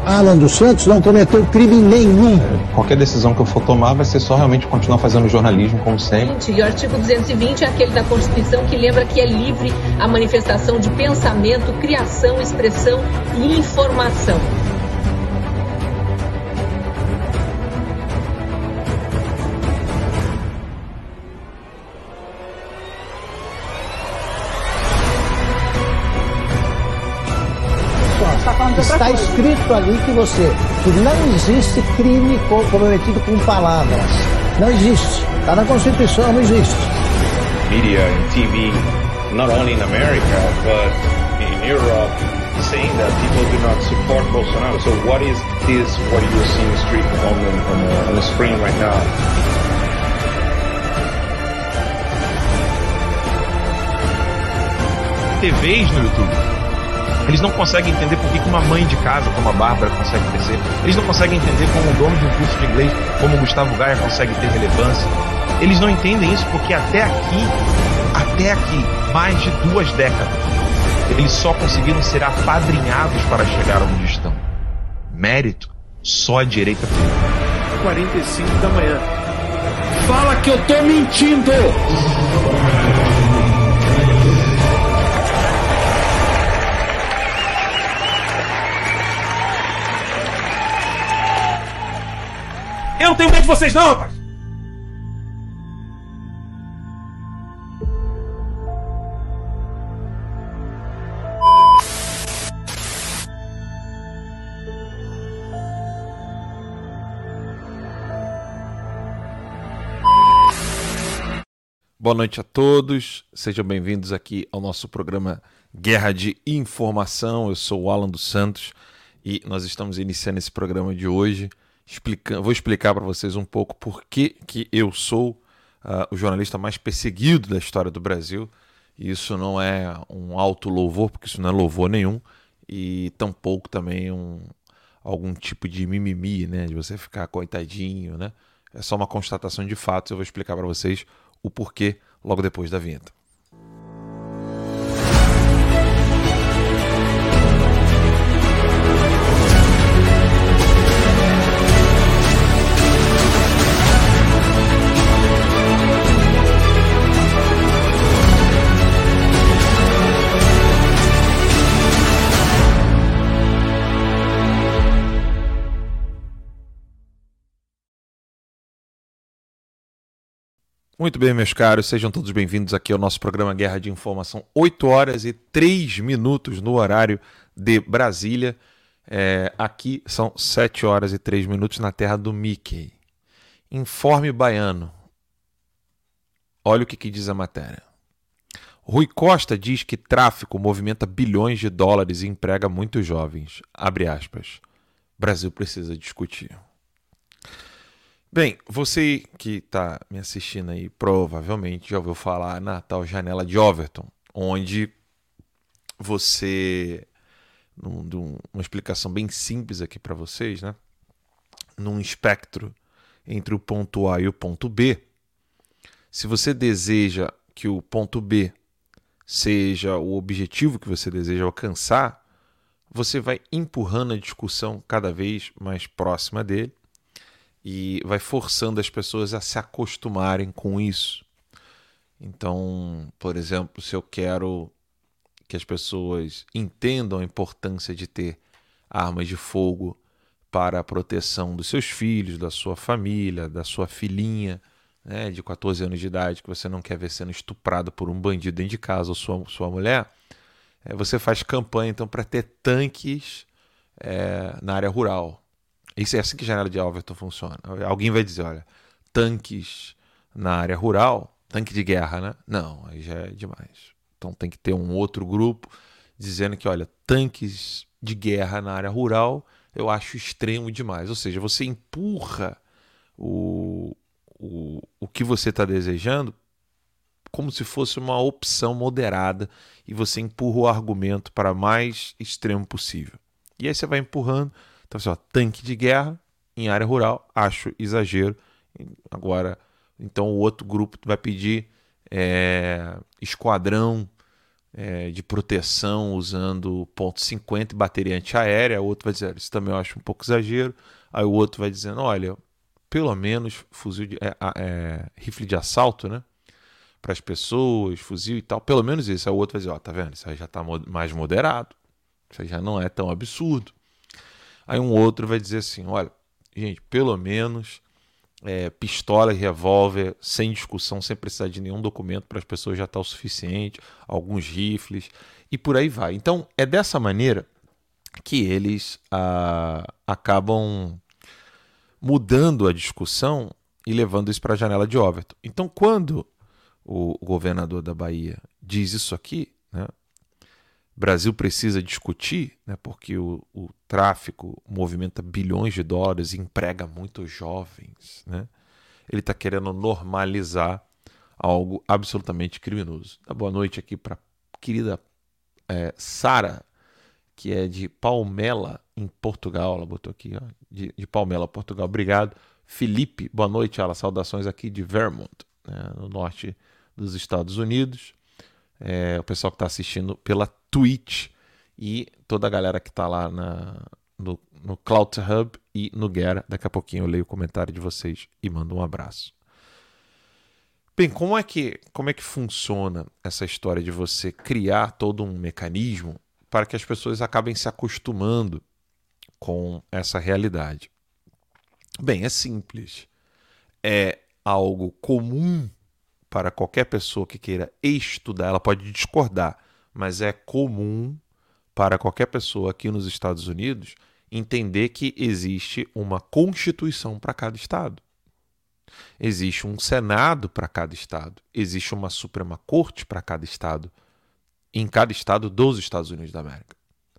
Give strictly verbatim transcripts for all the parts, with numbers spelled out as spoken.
Alan dos Santos não cometeu crime nenhum. Qualquer decisão que eu for tomar vai ser só realmente continuar fazendo jornalismo como sempre. E o artigo duzentos e vinte é aquele da Constituição que lembra que é livre a manifestação de pensamento, criação, expressão e informação. Está escrito ali que você, que não existe crime cometido com palavras. Não existe. Está na Constituição, não existe. Media and T V, not only in America, but in Europe, saying that people do not support Bolsonaro. So what is this, what you see in the street on the, on the, on the screen right now? T Vs no YouTube. Eles não conseguem entender por que uma mãe de casa como a Bárbara consegue crescer. Eles não conseguem entender como o dono de um curso de inglês como o Gustavo Gaia consegue ter relevância. Eles não entendem isso porque até aqui, até aqui, mais de duas décadas, eles só conseguiram ser apadrinhados para chegar onde estão. Mérito só a direita tem. quarenta e cinco da manhã. Fala que eu tô mentindo! Eu não tenho medo de vocês não, rapaz! Boa noite a todos, sejam bem-vindos aqui ao nosso programa Guerra de Informação. Eu sou o Alan dos Santos e nós estamos iniciando esse programa de hoje. Explicando, vou explicar para vocês um pouco por que, que eu sou uh, o jornalista mais perseguido da história do Brasil. E isso não é um auto-louvor, porque isso não é louvor nenhum, e tampouco também um, algum tipo de mimimi, né, de você ficar coitadinho, né? É só uma constatação de fatos. Eu vou explicar para vocês o porquê logo depois da vinheta. Muito bem, meus caros, sejam todos bem-vindos aqui ao nosso programa Guerra de Informação. oito horas e três minutos no horário de Brasília. É, aqui são sete horas e três minutos na terra do Mickey. Informe baiano. Olha o que, que diz a matéria. Rui Costa diz que tráfico movimenta bilhões de dólares e emprega muitos jovens. Abre aspas. Brasil precisa discutir. Bem, você que está me assistindo aí provavelmente já ouviu falar na tal janela de Overton, onde você, num, uma explicação bem simples aqui para vocês, né? Num espectro entre o ponto A e o ponto B, se você deseja que o ponto B seja o objetivo que você deseja alcançar, você vai empurrando a discussão cada vez mais próxima dele, e vai forçando as pessoas a se acostumarem com isso. Então, por exemplo, se eu quero que as pessoas entendam a importância de ter armas de fogo para a proteção dos seus filhos, da sua família, da sua filhinha, né, de quatorze anos de idade, que você não quer ver sendo estuprado por um bandido dentro de casa ou sua, sua mulher, é, você faz campanha então para ter tanques é, na área rural. Isso é assim que a janela de Overton funciona. Alguém vai dizer, olha, tanques na área rural, tanque de guerra, né? Não, aí já é demais. Então tem que ter um outro grupo dizendo que, olha, tanques de guerra na área rural eu acho extremo demais. Ou seja, você empurra o, o, o que você está desejando como se fosse uma opção moderada e você empurra o argumento para mais extremo possível. E aí você vai empurrando. Então, assim, ó, tanque de guerra em área rural, acho exagero. Agora, então o outro grupo vai pedir é, esquadrão é, de proteção usando ponto cinquenta e bateria antiaérea. O outro vai dizer, isso também eu acho um pouco exagero. Aí o outro vai dizendo, olha, pelo menos fuzil de, é, é, rifle de assalto, né? Para as pessoas, fuzil e tal, pelo menos isso. Aí o outro vai dizer, ó, tá vendo? Isso aí já tá mais moderado. Isso aí já não é tão absurdo. Aí um outro vai dizer assim, olha, gente, pelo menos é, pistola e revólver sem discussão, sem precisar de nenhum documento para as pessoas já tá o suficiente, alguns rifles e por aí vai. Então é dessa maneira que eles ah, acabam mudando a discussão e levando isso para a janela de Overton. Então quando o governador da Bahia diz isso aqui, né, Brasil precisa discutir, né, porque o, o tráfico movimenta bilhões de dólares e emprega muitos jovens, né? Ele está querendo normalizar algo absolutamente criminoso. Dá boa noite aqui para a querida é, Sara, que é de Palmela, em Portugal. Ela botou aqui, ó, de, de Palmela, Portugal. Obrigado. Felipe, boa noite. Ela, saudações aqui de Vermont, né, no norte dos Estados Unidos. É, o pessoal que está assistindo pela Twitch e toda a galera que está lá na, no, no Cloud Hub e no Gera. Daqui a pouquinho eu leio o comentário de vocês e mando um abraço. Bem, como é que, como é que funciona essa história de você criar todo um mecanismo para que as pessoas acabem se acostumando com essa realidade? Bem, é simples. É algo comum para qualquer pessoa que queira estudar. Ela pode discordar, mas é comum para qualquer pessoa aqui nos Estados Unidos entender que existe uma Constituição para cada estado. Existe um Senado para cada estado. Existe uma Suprema Corte para cada estado. Em cada estado dos Estados Unidos da América.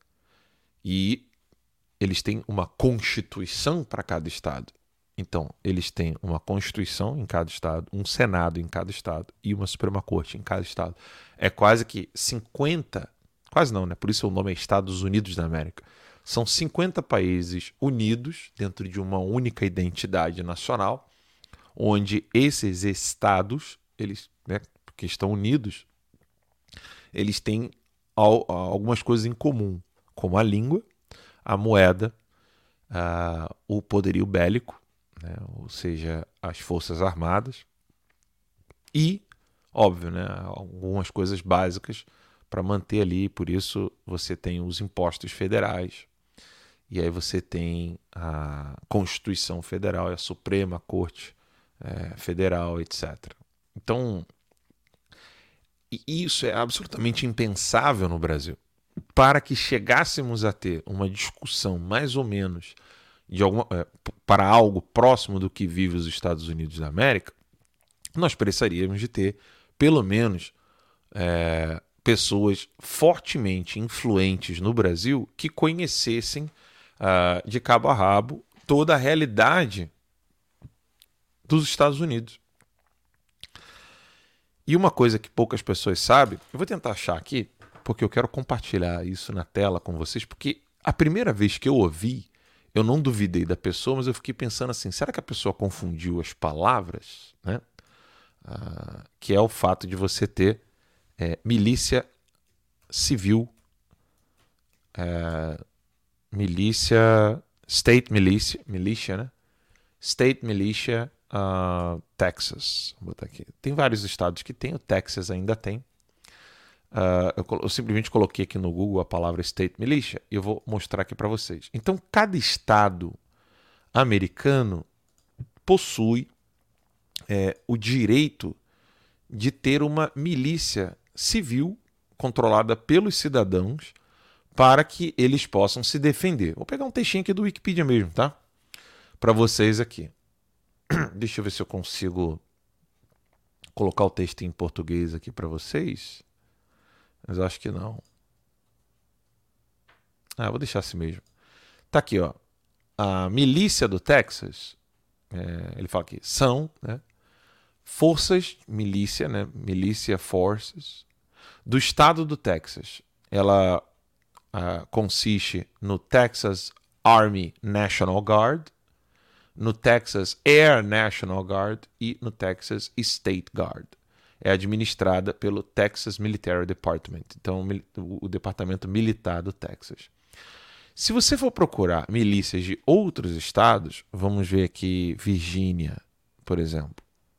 E eles têm uma Constituição para cada estado. Então, eles têm uma Constituição em cada estado, um Senado em cada estado e uma Suprema Corte em cada estado. É quase que cinquenta, quase não, né? Por isso o nome é Estados Unidos da América. São cinquenta países unidos dentro de uma única identidade nacional, onde esses estados, eles, né, que estão unidos, eles têm algumas coisas em comum, como a língua, a moeda, uh, o poderio bélico, né, ou seja, as forças armadas, e, óbvio, né, algumas coisas básicas para manter ali. Por isso você tem os impostos federais, e aí você tem a Constituição Federal e a Suprema Corte é, Federal, etcétera. Então, isso é absolutamente impensável no Brasil. Para que chegássemos a ter uma discussão mais ou menos de alguma, é, para algo próximo do que vive os Estados Unidos da América, nós precisaríamos de ter, pelo menos, é, pessoas fortemente influentes no Brasil que conhecessem uh, de cabo a rabo toda a realidade dos Estados Unidos. E uma coisa que poucas pessoas sabem, eu vou tentar achar aqui, porque eu quero compartilhar isso na tela com vocês, porque a primeira vez que eu ouvi, eu não duvidei da pessoa, mas eu fiquei pensando assim, será que a pessoa confundiu as palavras? Né? Uh, que é o fato de você ter é, milícia civil, é, milícia, state militia, milícia, né? State militia, uh, Texas. Vou botar aqui. Tem vários estados que tem, o Texas ainda tem. Uh, eu, eu simplesmente coloquei aqui no Google a palavra State Militia e eu vou mostrar aqui para vocês. Então, cada estado americano possui é, o direito de ter uma milícia civil controlada pelos cidadãos para que eles possam se defender. Vou pegar um textinho aqui do Wikipedia mesmo, tá? Para vocês aqui. Deixa eu ver se eu consigo colocar o texto em português aqui para vocês. Mas acho que não. Ah, vou deixar assim mesmo. Tá aqui, ó. A milícia do Texas, é, ele fala aqui, são, né, forças, milícia, né, milícia forces, do estado do Texas. Ela uh, consiste no Texas Army National Guard, no Texas Air National Guard e no Texas State Guard. é administrada pelo Texas Military Department, então o departamento militar do Texas. Se você for procurar milícias de outros estados, vamos ver aqui Virgínia, por exemplo.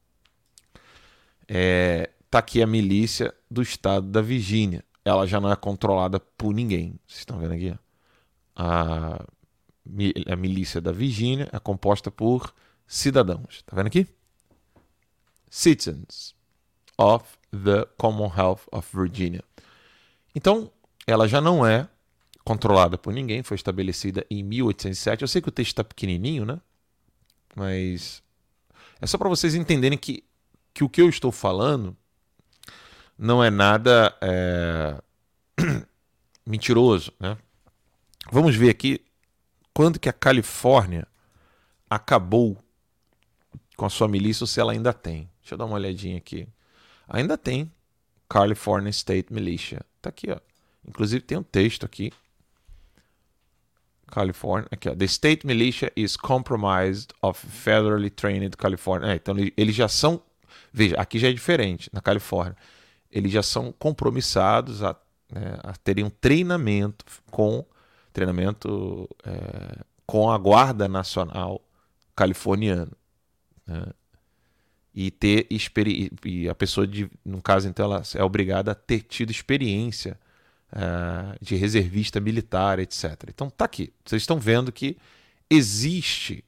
É, tá aqui a milícia do estado da Virgínia. Ela já não é controlada por ninguém. Vocês estão vendo aqui? A, a milícia da Virgínia é composta por cidadãos. Tá vendo aqui? Citizens of the Commonwealth of Virginia. Então, ela já não é controlada por ninguém, foi estabelecida em mil oitocentos e sete. Eu sei que o texto está pequenininho, né? Mas é só para vocês entenderem que, que o que eu estou falando não é nada é... mentiroso, né? Vamos ver aqui quando que a Califórnia acabou com a sua milícia, ou se ela ainda tem. Deixa eu dar uma olhadinha aqui. Ainda tem California State Militia. Tá aqui, ó. Inclusive tem um texto aqui. California, aqui, ó. The state militia is compromised of federally trained California. É, então eles já são, veja, aqui já é diferente, na Califórnia. Eles já são compromissados a, né, a terem um treinamento com treinamento é, com a Guarda Nacional Californiana, né? E ter experi- e a pessoa, de, no caso, então, ela é obrigada a ter tido experiência Uh, de reservista militar, etcétera. Então tá aqui. Vocês estão vendo que existe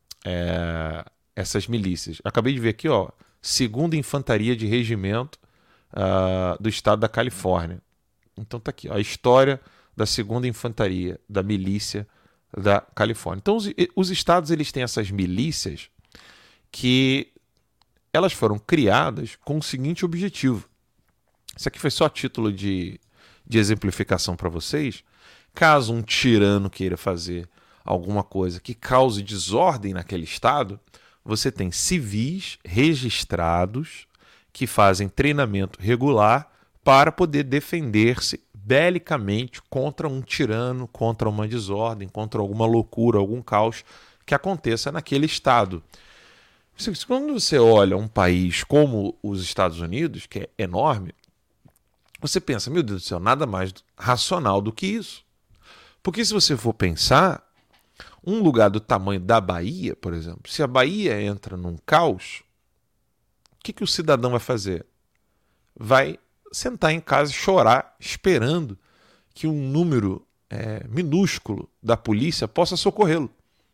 uh, essas milícias. Acabei de ver aqui, ó, segunda Infantaria de Regimento uh, do estado da Califórnia. Então tá aqui, ó, a história da segunda Infantaria da milícia da Califórnia. Então os, os estados, eles têm essas milícias que elas foram criadas com o seguinte objetivo. Isso aqui foi só a título de de exemplificação para vocês. Caso um tirano queira fazer alguma coisa que cause desordem naquele estado, você tem civis registrados que fazem treinamento regular para poder defender-se belicamente contra um tirano, contra uma desordem, contra alguma loucura, algum caos que aconteça naquele estado. Quando você olha um país como os Estados Unidos, que é enorme, você pensa, meu Deus do céu, nada mais racional do que isso. Porque se você for pensar, um lugar do tamanho da Bahia, por exemplo, se a Bahia entra num caos, o que, que o cidadão vai fazer? Vai sentar em casa e chorar, esperando que um número é, minúsculo da polícia possa socorrê-lo.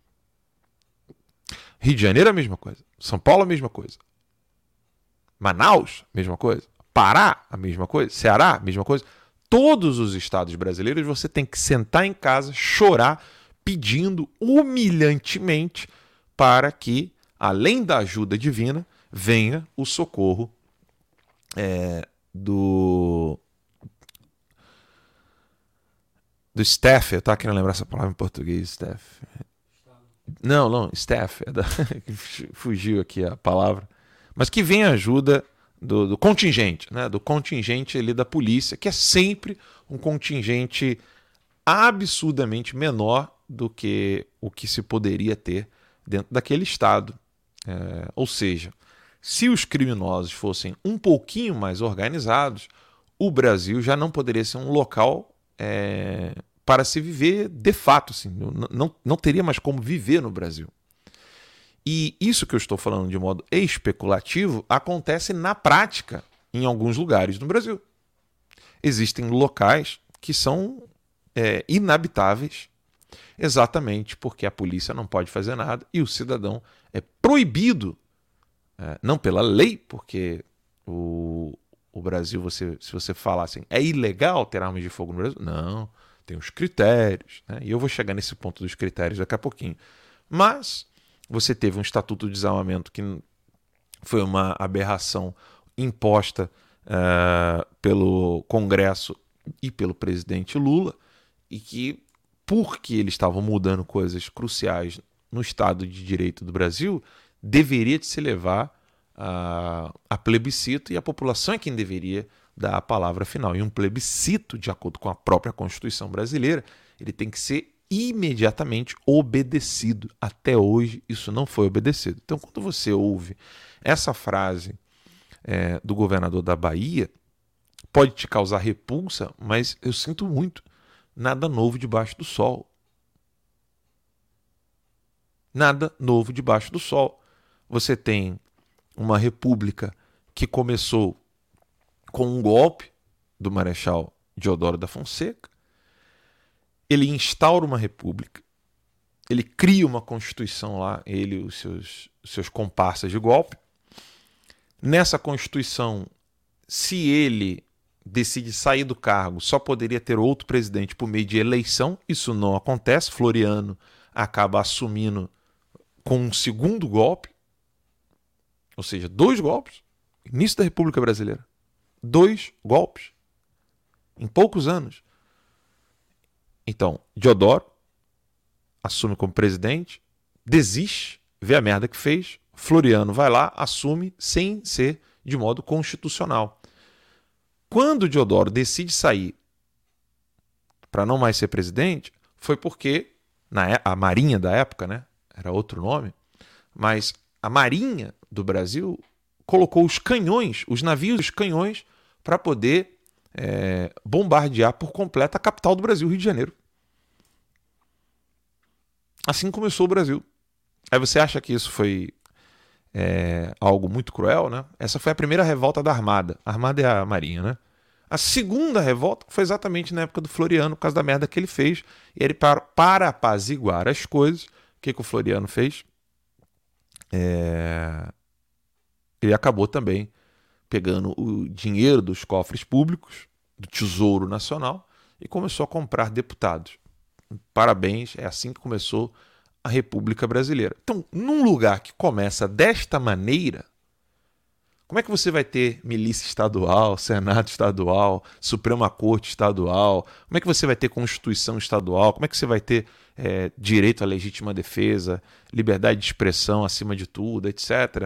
Rio de Janeiro é a mesma coisa. São Paulo a mesma coisa. Manaus, mesma coisa. Pará, a mesma coisa. Ceará, a mesma coisa. Todos os estados brasileiros você tem que sentar em casa, chorar, pedindo humilhantemente para que, além da ajuda divina, venha o socorro é, do do staff. Eu estava querendo lembrar essa palavra em português, staff. Não, não, staff. É da... Fugiu aqui a palavra. Mas que venha ajuda Do, do contingente, né? do contingente ali da polícia, que é sempre um contingente absurdamente menor do que o que se poderia ter dentro daquele estado. É, ou seja, se os criminosos fossem um pouquinho mais organizados, o Brasil já não poderia ser um local é, para se viver de fato. Assim, não, não, não teria mais como viver no Brasil. E isso que eu estou falando de modo especulativo acontece na prática em alguns lugares no Brasil. Existem locais que são é, inabitáveis exatamente porque a polícia não pode fazer nada e o cidadão é proibido, é, não pela lei, porque o, o Brasil, você, se você falar assim, é ilegal ter armas de fogo no Brasil? Não, tem os critérios, né? E eu vou chegar nesse ponto dos critérios daqui a pouquinho. Mas você teve um estatuto de desarmamento que foi uma aberração imposta uh, pelo Congresso e pelo presidente Lula, e que, porque eles estavam mudando coisas cruciais no Estado de Direito do Brasil, deveria de se levar a, a plebiscito, e a população é quem deveria dar a palavra final. E um plebiscito, de acordo com a própria Constituição brasileira, ele tem que ser imediatamente obedecido. Até hoje isso não foi obedecido. Então, quando você ouve essa frase é, do governador da Bahia pode te causar repulsa, mas eu sinto muito. Nada novo debaixo do sol. Nada novo debaixo do sol. Você tem uma república que começou com um golpe do Marechal Deodoro da Fonseca. Ele instaura uma república. Ele cria uma constituição lá, ele e os seus, os seus comparsas de golpe. Nessa constituição, se ele decide sair do cargo, só poderia ter outro presidente por meio de eleição. Isso não acontece. Floriano acaba assumindo com um segundo golpe, ou seja, dois golpes. Início da República Brasileira. Dois golpes. Em poucos anos. Então, Deodoro assume como presidente, desiste, vê a merda que fez, Floriano vai lá, assume sem ser de modo constitucional. Quando Deodoro decide sair para não mais ser presidente, foi porque na, a Marinha da época, né, era outro nome, mas a Marinha do Brasil colocou os canhões, os navios, os canhões, para poder é, bombardear por completo a capital do Brasil, Rio de Janeiro. Assim começou o Brasil. Aí você acha que isso foi é, algo muito cruel, né? Essa foi a primeira revolta da Armada. A Armada é a Marinha, né? A segunda revolta foi exatamente na época do Floriano, por causa da merda que ele fez. E ele, para, para apaziguar as coisas, o que, que o Floriano fez? É... Ele acabou também pegando o dinheiro dos cofres públicos, do Tesouro Nacional, e começou a comprar deputados. Parabéns, é assim que começou a República Brasileira. Então, num lugar que começa desta maneira, como é que você vai ter milícia estadual, Senado estadual, Suprema Corte estadual? Como é que você vai ter Constituição estadual? Como é que você vai ter é, direito à legítima defesa, liberdade de expressão acima de tudo, etcétera?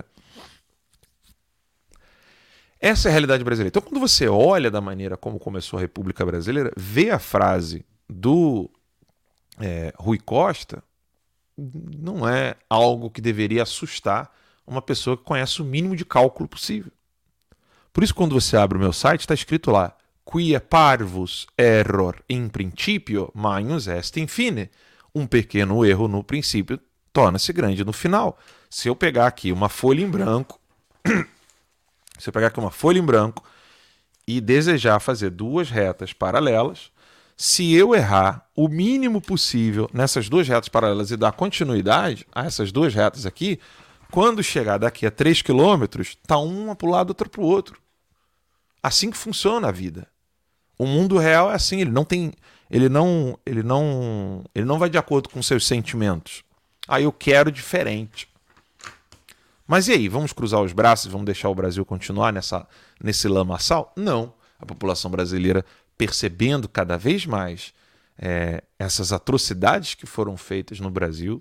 Essa é a realidade brasileira. Então, quando você olha da maneira como começou a República Brasileira, vê a frase do é, Rui Costa, não é algo que deveria assustar uma pessoa que conhece o mínimo de cálculo possível. Por isso, quando você abre o meu site, está escrito lá: quia parvus error in principio maius est in fine. Um pequeno erro no princípio torna-se grande no final. Se eu pegar aqui uma folha em branco, se eu pegar aqui uma folha em branco e desejar fazer duas retas paralelas, se eu errar o mínimo possível nessas duas retas paralelas e dar continuidade a essas duas retas aqui, quando chegar daqui a três quilômetros, está uma para o lado, outra para o outro. Assim que funciona a vida. O mundo real é assim, ele não tem, ele não, ele não, ele não vai de acordo com seus sentimentos. Ah, eu quero diferente. Mas e aí, vamos cruzar os braços e vamos deixar o Brasil continuar nessa, nesse lamaçal? Não. A população brasileira, percebendo cada vez mais é, essas atrocidades que foram feitas no Brasil,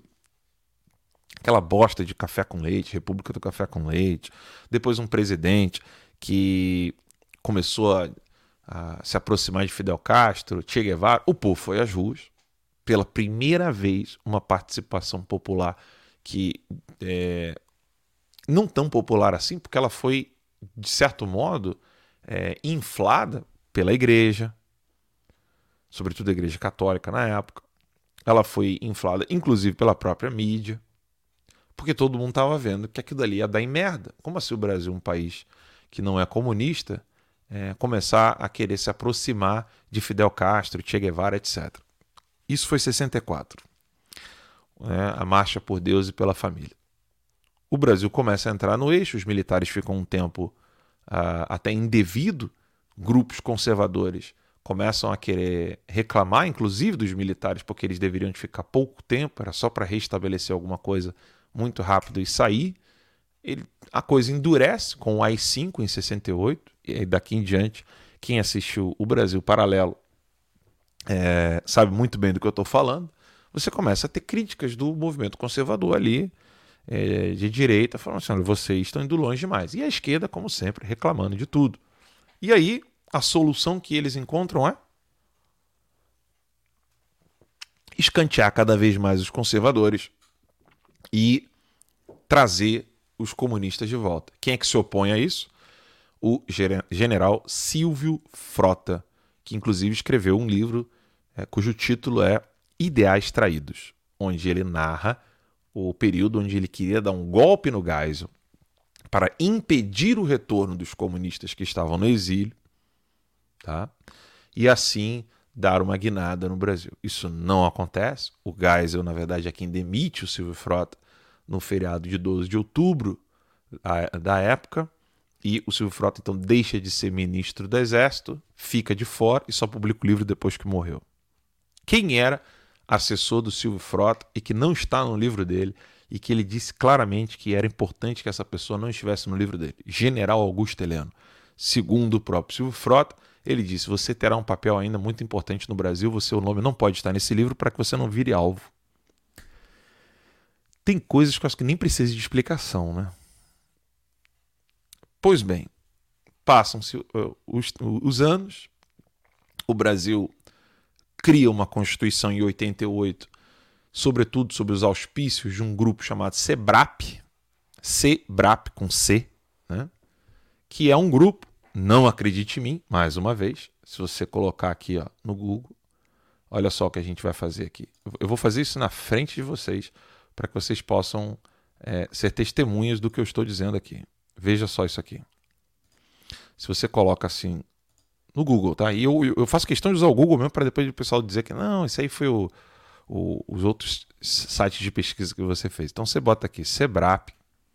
aquela bosta de café com leite, República do Café com Leite, depois um presidente que começou a, a se aproximar de Fidel Castro, Che Guevara, o povo foi às ruas, pela primeira vez uma participação popular que é, não tão popular assim, porque ela foi, de certo modo, é, inflada pela igreja, sobretudo a igreja católica na época. Ela foi inflada, inclusive, pela própria mídia, porque todo mundo estava vendo que aquilo ali ia dar em merda. Como assim o Brasil, um país que não é comunista, é, começar a querer se aproximar de Fidel Castro, Che Guevara, etcétera. Isso foi em sessenta e quatro. É, a Marcha por Deus e pela Família. O Brasil começa a entrar no eixo, os militares ficam um tempo uh, até indevido, grupos conservadores começam a querer reclamar, inclusive dos militares, porque eles deveriam ficar pouco tempo, era só para restabelecer alguma coisa muito rápido e sair. Ele, a coisa endurece com o A I cinco em sessenta e oito, e daqui em diante, quem assistiu o Brasil Paralelo é, sabe muito bem do que eu estou falando. Você começa a ter críticas do movimento conservador ali, é, de direita, falando assim: vocês estão indo longe demais. E a esquerda, como sempre, reclamando de tudo. E aí, a solução que eles encontram é escantear cada vez mais os conservadores e trazer os comunistas de volta. Quem é que se opõe a isso? o general Silvio Frota, que inclusive escreveu um livro é, cujo título é Ideais Traídos, onde ele narra o período onde ele queria dar um golpe no Geisel para impedir o retorno dos comunistas que estavam no exílio, tá? E assim dar uma guinada no Brasil. Isso não acontece. O Geisel, na verdade, é quem demite o Silvio Frota no feriado de doze de outubro da época, e o Silvio Frota então deixa de ser ministro do Exército, fica de fora e só publica o livro depois que morreu. Quem era assessor do Silvio Frota e que não está no livro dele e que ele disse claramente que era importante que essa pessoa não estivesse no livro dele? General Augusto Heleno. Segundo o próprio Silvio Frota, ele disse: você terá um papel ainda muito importante no Brasil, você, o nome não pode estar nesse livro para que você não vire alvo. Tem coisas que eu acho que nem precisa de explicação, né? Pois bem, passam-se os, os anos, o Brasil cria uma Constituição em oitenta e oito, sobretudo sob os auspícios de um grupo chamado SEBRAP, SEBRAP com C, né? Que é um grupo, não acredite em mim, mais uma vez, se você colocar aqui, ó, no Google, olha só o que a gente vai fazer aqui. Eu vou fazer isso na frente de vocês, para que vocês possam é, ser testemunhas do que eu estou dizendo aqui. Veja só isso aqui. Se você coloca assim no Google, tá? E eu, eu faço questão de usar o Google mesmo para depois o pessoal dizer que não, isso aí foi o, o, os outros sites de pesquisa que você fez. Então você bota aqui SEBRAP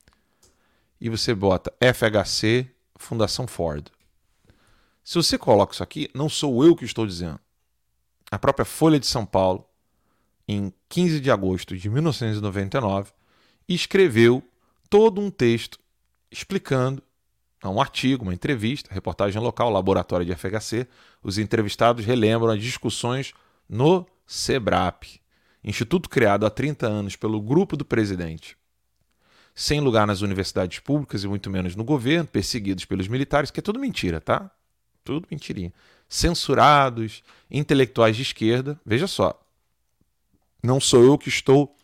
e você bota F H C Fundação Ford. Se você coloca isso aqui, não sou eu que estou dizendo. A própria Folha de São Paulo, em quinze de agosto de mil novecentos e noventa e nove, escreveu todo um texto explicando, um artigo, uma entrevista, reportagem local, laboratório de F H C. Os entrevistados relembram as discussões no SEBRAP, instituto criado há trinta anos pelo grupo do presidente. Sem lugar nas universidades públicas e muito menos no governo, perseguidos pelos militares, que é tudo mentira, tá? Tudo mentirinha. Censurados, intelectuais de esquerda. Veja só, não sou eu que estou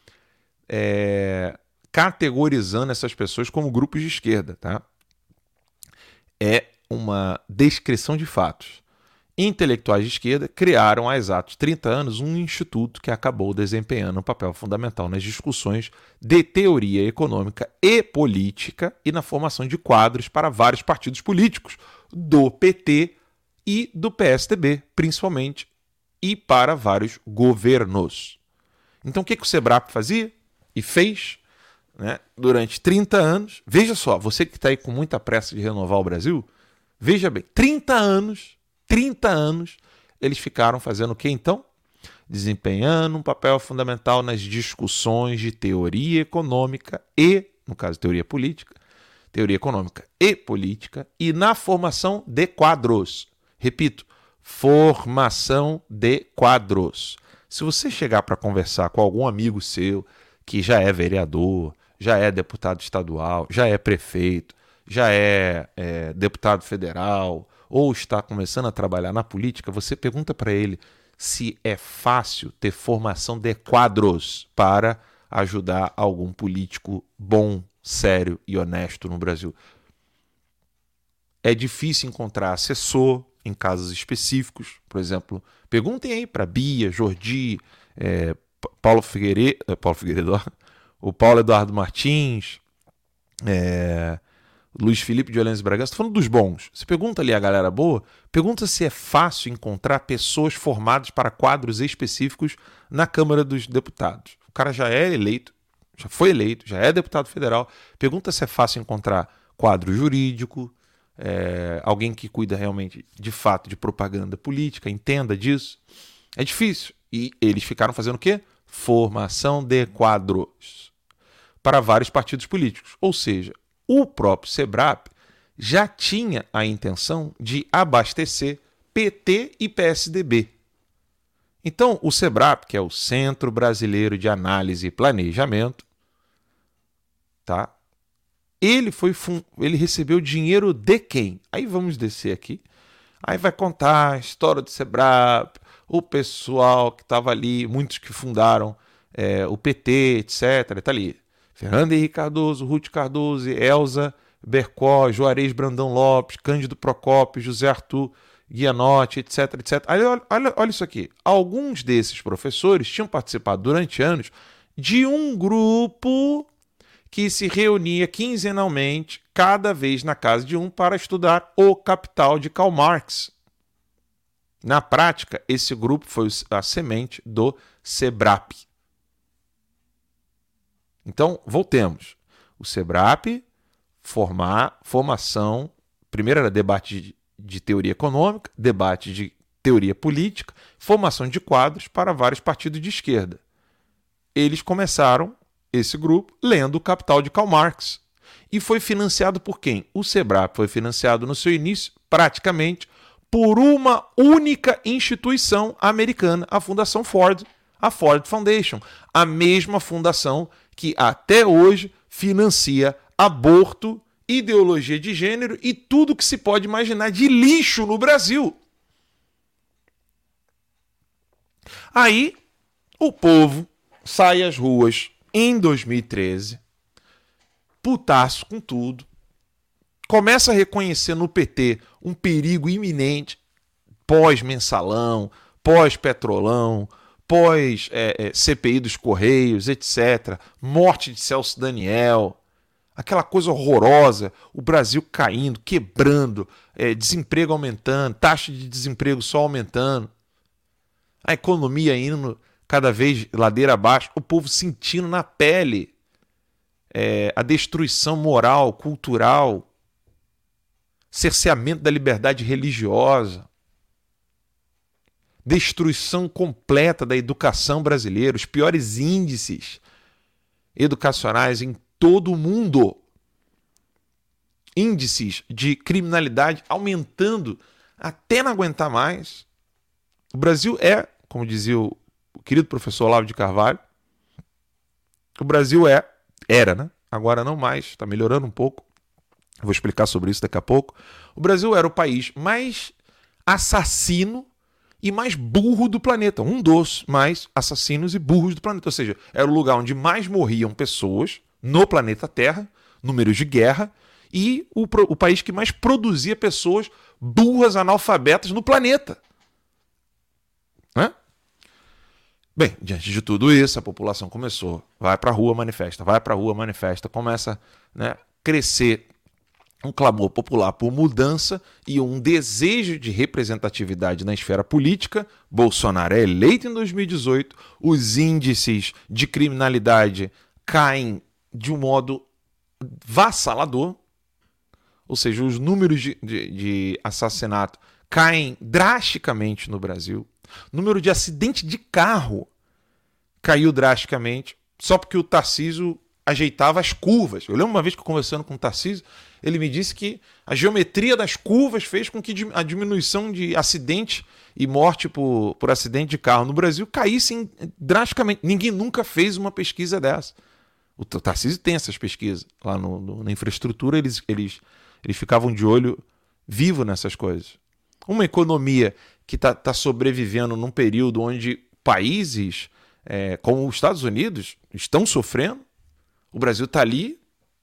é, categorizando essas pessoas como grupos de esquerda, tá? É uma descrição de fatos. Intelectuais de esquerda criaram há exatos trinta anos um instituto que acabou desempenhando um papel fundamental nas discussões de teoria econômica e política e na formação de quadros para vários partidos políticos, do P T e do P S D B, principalmente, e para vários governos. Então o que, que o SEBRAP fazia e fez, né, durante trinta anos? Veja só, você que está aí com muita pressa de renovar o Brasil, veja bem, trinta anos, trinta anos, eles ficaram fazendo o que então? Desempenhando um papel fundamental nas discussões de teoria econômica e, no caso, teoria política, teoria econômica e política, e na formação de quadros. Repito, formação de quadros. Se você chegar para conversar com algum amigo seu que já é vereador, já é deputado estadual, já é prefeito, já é, é deputado federal, ou está começando a trabalhar na política, você pergunta para ele se é fácil ter formação de quadros para ajudar algum político bom, sério e honesto no Brasil. É difícil encontrar assessor em casos específicos. Por exemplo, perguntem aí para Bia, Jordi, é, Paulo Figueiredo, Paulo Figueiredo, o Paulo Eduardo Martins, é, Luiz Felipe de Orleans Bragança. Estou falando dos bons. Você pergunta ali a galera boa, pergunta se é fácil encontrar pessoas formadas para quadros específicos na Câmara dos Deputados. O cara já é eleito, já foi eleito, já é deputado federal. Pergunta se é fácil encontrar quadro jurídico, é, alguém que cuida realmente, de fato, de propaganda política, entenda disso. É difícil. E eles ficaram fazendo o quê? Formação de quadros para vários partidos políticos. Ou seja, o próprio SEBRAP já tinha a intenção de abastecer P T e P S D B. Então, o SEBRAP, que é o Centro Brasileiro de Análise e Planejamento, tá? Ele, foi fun... ele recebeu dinheiro de quem? Aí vamos descer aqui. Aí vai contar a história do SEBRAP, o pessoal que estava ali, muitos que fundaram é, o P T, etcétera. Está ali. Fernando Henrique Cardoso, Ruth Cardoso, Elza Bercó, Juarez Brandão Lopes, Cândido Procópio, José Arthur Guianotti, etc, etcétera. Olha, olha, olha isso aqui. Alguns desses professores tinham participado durante anos de um grupo que se reunia quinzenalmente, cada vez na casa de um, para estudar O Capital de Karl Marx. Na prática, esse grupo foi a semente do SEBRAP. Então, voltemos. O SEBRAP, formar, formação, primeiro era debate de, de teoria econômica, debate de teoria política, formação de quadros para vários partidos de esquerda. Eles começaram, esse grupo, lendo O Capital de Karl Marx. E foi financiado por quem? O SEBRAP foi financiado no seu início, praticamente, por uma única instituição americana, a Fundação Ford, a Ford Foundation, a mesma fundação que até hoje financia aborto, ideologia de gênero e tudo que se pode imaginar de lixo no Brasil. Aí, o povo sai às ruas em dois mil e treze, putaço com tudo, começa a reconhecer no P T um perigo iminente, pós-mensalão, pós-petrolão, pós-C P I dos Correios, etcétera, morte de Celso Daniel, aquela coisa horrorosa, o Brasil caindo, quebrando, é, desemprego aumentando, taxa de desemprego só aumentando, a economia indo cada vez ladeira abaixo, o povo sentindo na pele é, a destruição moral, cultural, cerceamento da liberdade religiosa, destruição completa da educação brasileira, os piores índices educacionais em todo o mundo, índices de criminalidade aumentando até não aguentar mais. O Brasil é, como dizia o querido professor Olavo de Carvalho, o Brasil é, era, né? Agora não mais, está melhorando um pouco. Vou explicar sobre isso daqui a pouco. O Brasil era o país mais assassino e mais burro do planeta. Um dos mais assassinos e burros do planeta. Ou seja, era o lugar onde mais morriam pessoas no planeta Terra, números de guerra, e o, o país que mais produzia pessoas burras, analfabetas no planeta. Né? Bem, diante de tudo isso, a população começou, vai para a rua, manifesta, vai para a rua, manifesta, começa, né, crescer um clamor popular por mudança e um desejo de representatividade na esfera política. Bolsonaro é eleito em dois mil e dezoito, os índices de criminalidade caem de um modo vassalador, ou seja, os números de, de, de assassinato caem drasticamente no Brasil. O número de acidente de carro caiu drasticamente, só porque o Tarcísio ajeitava as curvas. Eu lembro uma vez que, conversando com o Tarcísio, ele me disse que a geometria das curvas fez com que a diminuição de acidente e morte por, por acidente de carro no Brasil caísse drasticamente. Ninguém nunca fez uma pesquisa dessa. O Tarcísio tem essas pesquisas. Lá no, no, na infraestrutura, eles, eles, eles ficavam de olho vivo nessas coisas. Uma economia que está tá sobrevivendo num período onde países é, como os Estados Unidos estão sofrendo. O Brasil está ali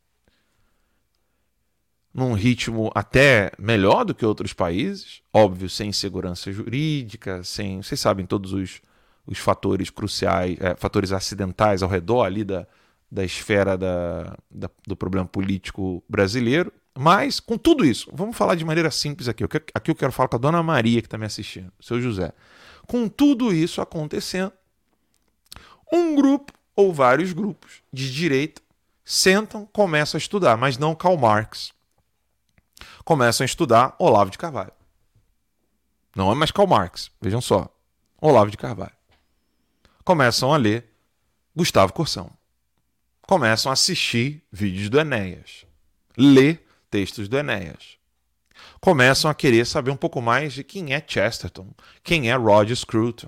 num ritmo até melhor do que outros países, óbvio, sem segurança jurídica, sem, vocês sabem, todos os, os fatores cruciais, é, fatores acidentais ao redor ali da, da esfera da, da, do problema político brasileiro. Mas, com tudo isso, vamos falar de maneira simples aqui. Aqui eu quero falar com a dona Maria, que está me assistindo, seu José. Com tudo isso acontecendo, um grupo ou vários grupos de direita sentam, começam a estudar, mas não Karl Marx. Começam a estudar Olavo de Carvalho. Não é mais Karl Marx, vejam só. Olavo de Carvalho. Começam a ler Gustavo Corsão. Começam a assistir vídeos do Enéas. Ler textos do Enéas. Começam a querer saber um pouco mais de quem é Chesterton, quem é Roger Scruton.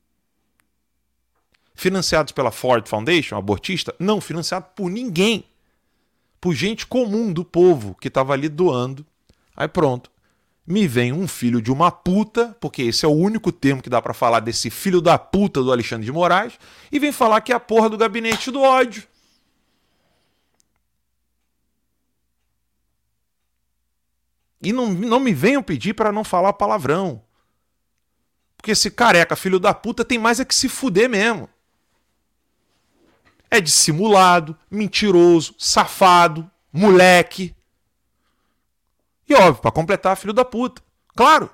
Financiados pela Ford Foundation, abortista? Não, financiado por ninguém. Por gente comum do povo que estava ali doando. Aí pronto. Me vem um filho de uma puta, porque esse é o único termo que dá para falar desse filho da puta do Alexandre de Moraes, e vem falar que é a porra do gabinete do ódio. E não, não me venham pedir para não falar palavrão. Porque esse careca, filho da puta, tem mais é que se fuder mesmo. É dissimulado, mentiroso, safado, moleque. E óbvio, para completar, filho da puta. Claro.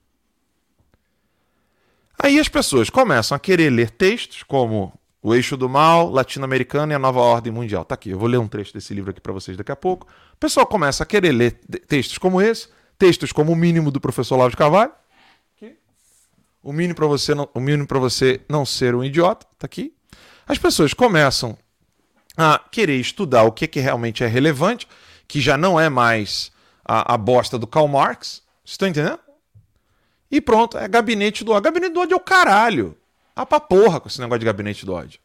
Aí as pessoas começam a querer ler textos como O Eixo do Mal, Latino-Americano e a Nova Ordem Mundial. Tá aqui, eu vou ler um trecho desse livro aqui para vocês daqui a pouco. O pessoal começa a querer ler textos como esse, textos como O Mínimo do Professor Olavo de Carvalho. Aqui. O mínimo para você não, o mínimo para você não ser um idiota. Tá aqui. As pessoas começam a querer estudar o que, que realmente é relevante, que já não é mais a, a bosta do Karl Marx. Vocês estão entendendo? E pronto, é gabinete do ódio. Gabinete do ódio é o caralho. Ah, pra porra com esse negócio de gabinete do ódio.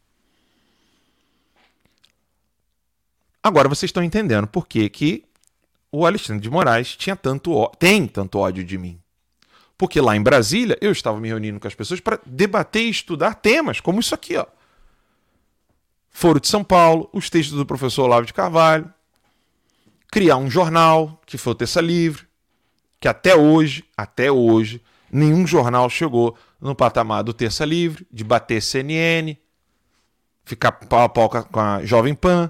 Agora vocês estão entendendo por que, que o Alexandre de Moraes tinha tanto ó... tem tanto ódio de mim. Porque lá em Brasília eu estava me reunindo com as pessoas para debater e estudar temas como isso aqui, ó. Foro de São Paulo, os textos do professor Olavo de Carvalho, criar um jornal, que foi o Terça Livre, que até hoje, até hoje, nenhum jornal chegou no patamar do Terça Livre, de bater C N N, ficar pau a pau com a Jovem Pan.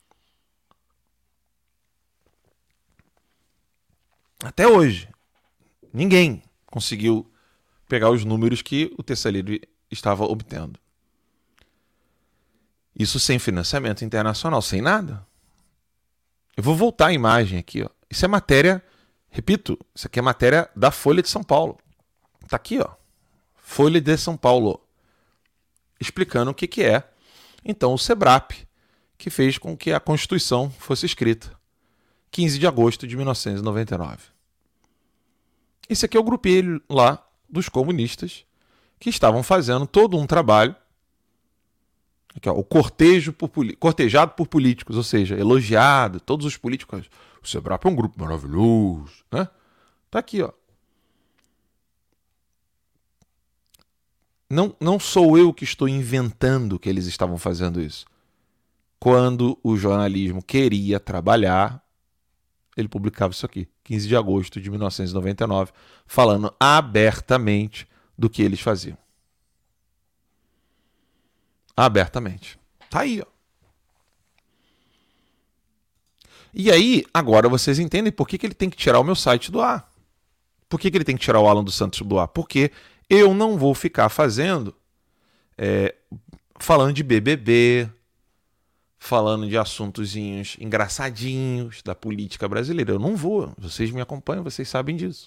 Até hoje, ninguém conseguiu pegar os números que o Terça Livre estava obtendo. Isso sem financiamento internacional, sem nada. Eu vou voltar a imagem aqui, ó. Isso é matéria, repito, isso aqui é matéria da Folha de São Paulo. Tá aqui, ó. Folha de São Paulo. Explicando o que, que é, então, o SEBRAP, que fez com que a Constituição fosse escrita. quinze de agosto de mil novecentos e noventa e nove. Esse aqui é o grupelho lá dos comunistas que estavam fazendo todo um trabalho. Aqui, ó, o cortejo por, cortejado por políticos, ou seja, elogiado, todos os políticos. O SEBRAP é um grupo maravilhoso, né? Tá aqui, ó. Não, não sou eu que estou inventando que eles estavam fazendo isso. Quando o jornalismo queria trabalhar, ele publicava isso aqui, quinze de agosto de mil novecentos e noventa e nove, falando abertamente do que eles faziam. Abertamente. Tá aí, ó. E aí, agora vocês entendem por que, que ele tem que tirar o meu site do ar. Por que, que ele tem que tirar o Alan dos Santos do ar? Porque eu não vou ficar fazendo, é, falando de B B B, falando de assuntozinhos engraçadinhos da política brasileira. Eu não vou. Vocês me acompanham, vocês sabem disso.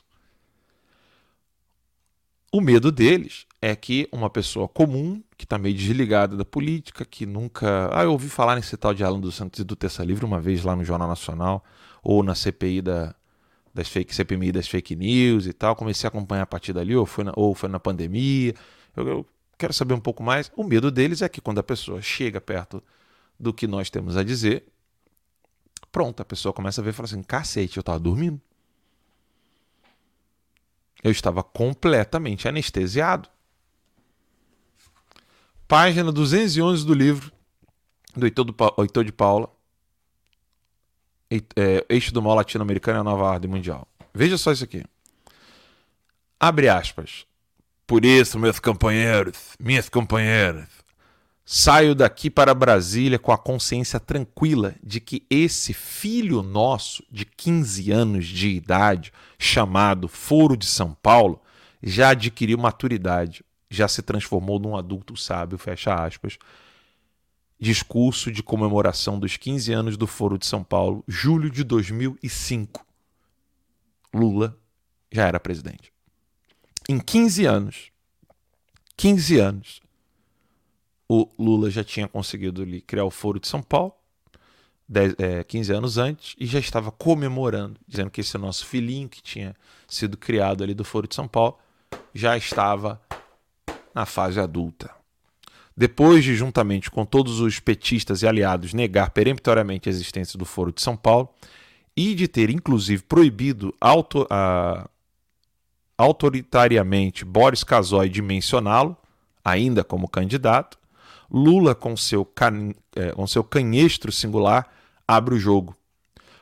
O medo deles é que uma pessoa comum, que está meio desligada da política, que nunca... Ah, eu ouvi falar nesse tal de Alan dos Santos e do Terça Livre uma vez lá no Jornal Nacional, ou na C P I da, das fake, C P M I das fake news e tal. Comecei a acompanhar a partir dali, ou foi na, ou foi na pandemia. Eu, eu quero saber um pouco mais. O medo deles é que quando a pessoa chega perto do que nós temos a dizer, pronto, a pessoa começa a ver e fala assim, cacete, eu estava dormindo. Eu estava completamente anestesiado. Página duzentos e onze do livro do Heitor de Paula, Eixo do Mal Latino-Americano e a Nova Ordem Mundial. Veja só isso aqui. Abre aspas. Por isso, meus companheiros, minhas companheiras, saio daqui para Brasília com a consciência tranquila de que esse filho nosso de quinze anos de idade, chamado Foro de São Paulo, já adquiriu maturidade, já se transformou num adulto sábio, fecha aspas. Discurso de comemoração dos quinze anos do Foro de São Paulo, julho de dois mil e cinco. Lula já era presidente. Em quinze anos, quinze anos, o Lula já tinha conseguido ali criar o Foro de São Paulo, dez, é, quinze anos antes, e já estava comemorando, dizendo que esse nosso filhinho que tinha sido criado ali do Foro de São Paulo já estava na fase adulta. Depois de, juntamente com todos os petistas e aliados, negar peremptoriamente a existência do Foro de São Paulo e de ter, inclusive, proibido auto, a, autoritariamente Boris Casoy de mencioná-lo, ainda como candidato, Lula, com seu, can... com seu canhestro singular, abre o jogo.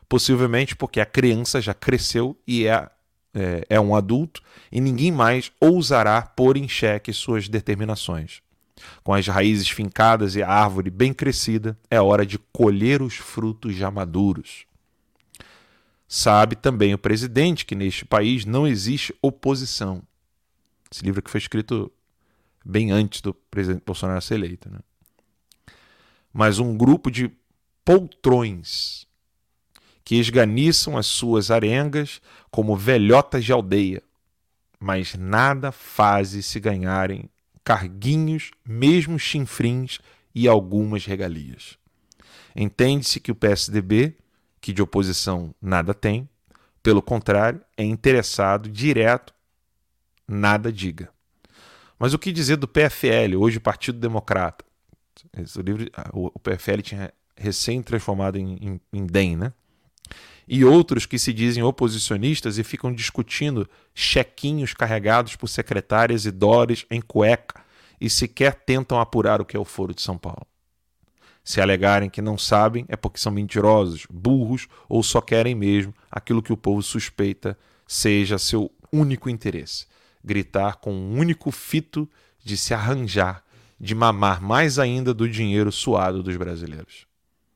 Possivelmente porque a criança já cresceu e é, é, é um adulto e ninguém mais ousará pôr em xeque suas determinações. Com as raízes fincadas e a árvore bem crescida, é hora de colher os frutos já maduros. Sabe também o presidente que neste país não existe oposição. Esse livro aqui foi escrito bem antes do presidente Bolsonaro ser eleito, né? Mas um grupo de poltrões que esganiçam as suas arengas como velhotas de aldeia, mas nada fazem se ganharem carguinhos, mesmo chinfrins e algumas regalias. Entende-se que o P S D B, que de oposição nada tem, pelo contrário, é interessado direto, nada diga. Mas o que dizer do P F L, hoje Partido Democrata? Esse livro, o P F L tinha recém transformado em, em, em D E M, né? E outros que se dizem oposicionistas e ficam discutindo chequinhos carregados por secretárias e dólares em cueca e sequer tentam apurar o que é o Foro de São Paulo. Se alegarem que não sabem, é porque são mentirosos, burros ou só querem mesmo aquilo que o povo suspeita seja seu único interesse: gritar com um único fito de se arranjar, de mamar mais ainda do dinheiro suado dos brasileiros.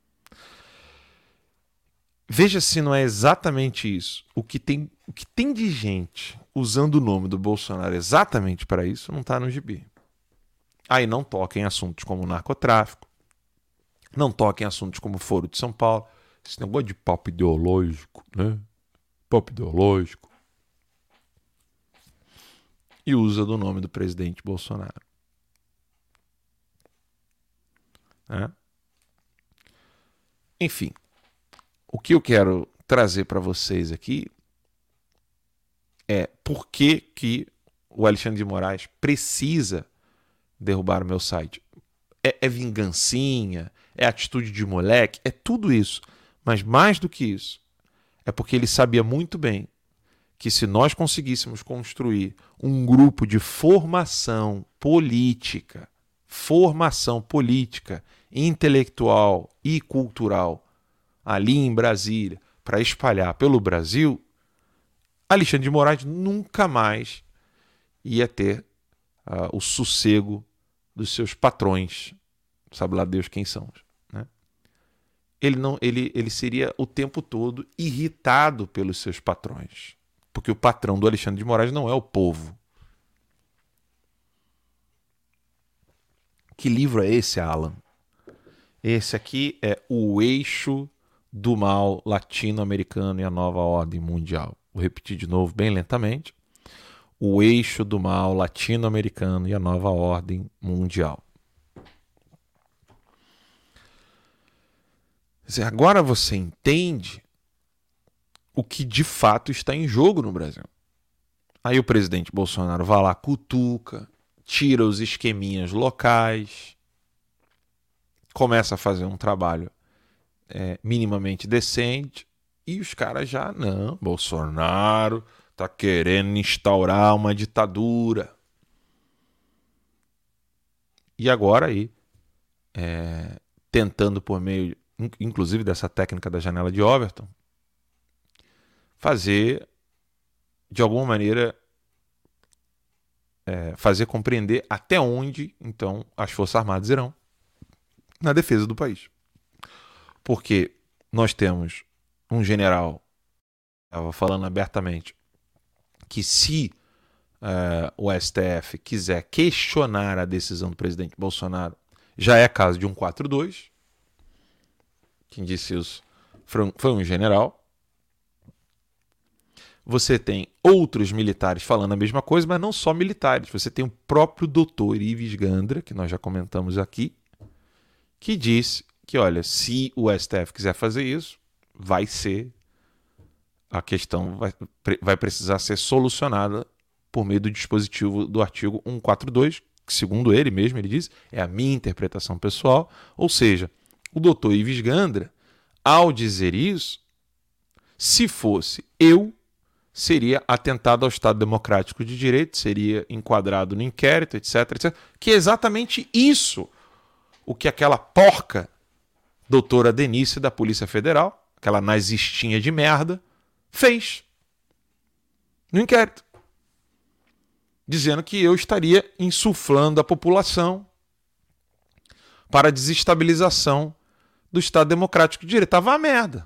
Veja se não é exatamente isso. O que tem, o que tem de gente usando o nome do Bolsonaro exatamente para isso não está no gibi. Aí não toca em assuntos como narcotráfico, não toca em assuntos como Foro de São Paulo, esse negócio de papo ideológico, né? Papo ideológico. E usa do nome do presidente Bolsonaro. É? Enfim. O que eu quero trazer para vocês aqui é por que, que o Alexandre de Moraes precisa derrubar o meu site. É, é vingancinha, é atitude de moleque, é tudo isso. Mas mais do que isso, é porque ele sabia muito bem que se nós conseguíssemos construir um grupo de formação política, formação política, intelectual e cultural, ali em Brasília, para espalhar pelo Brasil, Alexandre de Moraes nunca mais ia ter uh, o sossego dos seus patrões, sabe lá Deus quem são. Né? Ele, não, ele, ele seria o tempo todo irritado pelos seus patrões, porque o patrão do Alexandre de Moraes não é o povo. Que livro é esse, Alan? Esse aqui é O Eixo do Mal Latino-Americano e a Nova Ordem Mundial. Vou repetir de novo bem lentamente. O Eixo do Mal Latino-Americano e a Nova Ordem Mundial. Agora você entende o que de fato está em jogo no Brasil. Aí o presidente Bolsonaro vai lá, cutuca, tira os esqueminhas locais, começa a fazer um trabalho É, minimamente decente, e os caras já, não, Bolsonaro tá querendo instaurar uma ditadura. E agora aí, é, tentando por meio, inclusive dessa técnica da janela de Overton, fazer, de alguma maneira, é, fazer compreender até onde, então, as Forças Armadas irão na defesa do país. Porque nós temos um general, estava falando abertamente, que se uh, o S T F quiser questionar a decisão do presidente Bolsonaro, já é caso de um quatro dois. Quem disse isso foi um general. Você tem outros militares falando a mesma coisa, mas não só militares. Você tem o próprio doutor Ives Gandra, que nós já comentamos aqui, que disse que, olha, se o S T F quiser fazer isso, vai ser, a questão vai, vai precisar ser solucionada por meio do dispositivo do artigo cento e quarenta e dois, que segundo ele mesmo, ele diz, é a minha interpretação pessoal, ou seja, o doutor Ives Gandra, ao dizer isso, se fosse eu, seria atentado ao Estado Democrático de Direito, seria enquadrado no inquérito, etc, etcétera, que é exatamente isso o que aquela porca doutora Denise da Polícia Federal aquela nazistinha de merda, fez no inquérito, dizendo que eu estaria insuflando a população para a desestabilização do Estado Democrático de Direito. Tá, vá a merda.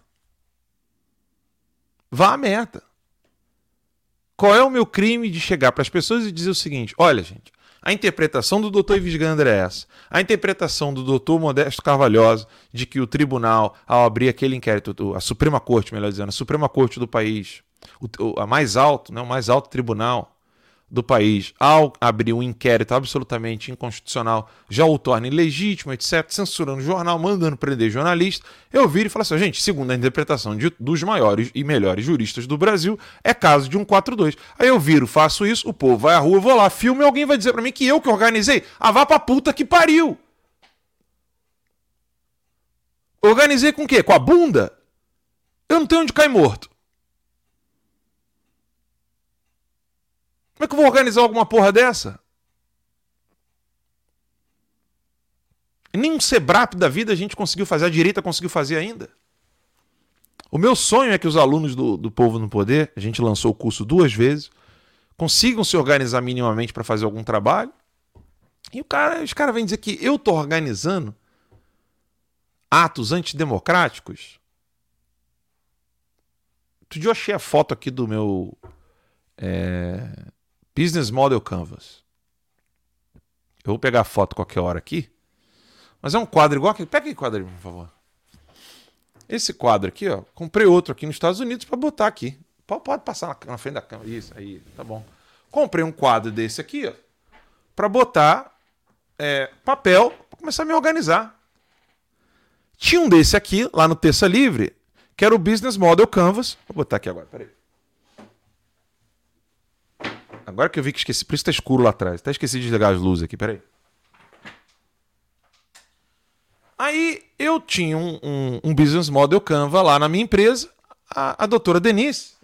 Vá a merda. Qual é o meu crime de chegar para as pessoas e dizer o seguinte: olha, gente, a interpretação do doutor Ives Gandra é essa. A interpretação do doutor Modesto Carvalhosa de que o tribunal, ao abrir aquele inquérito, a Suprema Corte, melhor dizendo, a Suprema Corte do país, o, a mais alto, né, o mais alto tribunal do país, ao abrir um inquérito absolutamente inconstitucional, já o torna ilegítimo, etcétera, censurando o jornal, mandando prender jornalista, eu viro e falo assim: gente, segundo a interpretação de, dos maiores e melhores juristas do Brasil, é caso de um quatro dois. Aí eu viro, faço isso, o povo vai à rua, eu vou lá, filme, e alguém vai dizer pra mim que eu que organizei. Ah, vá pra puta que pariu! Organizei com o quê? Com a bunda? Eu não tenho onde cair morto. Como é que eu vou organizar alguma porra dessa? Nem um SEBRAP da vida a gente conseguiu fazer, a direita conseguiu fazer ainda. O meu sonho é que os alunos do, do Povo no Poder, a gente lançou o curso duas vezes, consigam se organizar minimamente para fazer algum trabalho. E o cara, os caras vêm dizer que eu estou organizando atos antidemocráticos. Outro dia eu achei a foto aqui do meu... É... Business Model Canvas. Eu vou pegar a foto qualquer hora aqui. Mas é um quadro igual aquele. Pega aquele quadro aí, por favor. Esse quadro aqui, ó. Comprei outro aqui nos Estados Unidos para botar aqui. Pode, pode passar na, na frente da câmera. Isso, aí, tá bom. Comprei um quadro desse aqui, ó. Para botar é, papel para começar a me organizar. Tinha um desse aqui, lá no Terça Livre, que era o Business Model Canvas. Vou botar aqui agora, peraí. Agora que eu vi que esqueci, por isso tá escuro lá atrás. Até esqueci de desligar as luzes aqui, peraí. Aí eu tinha um, um, um Business Model Canva lá na minha empresa, a, a doutora Denise,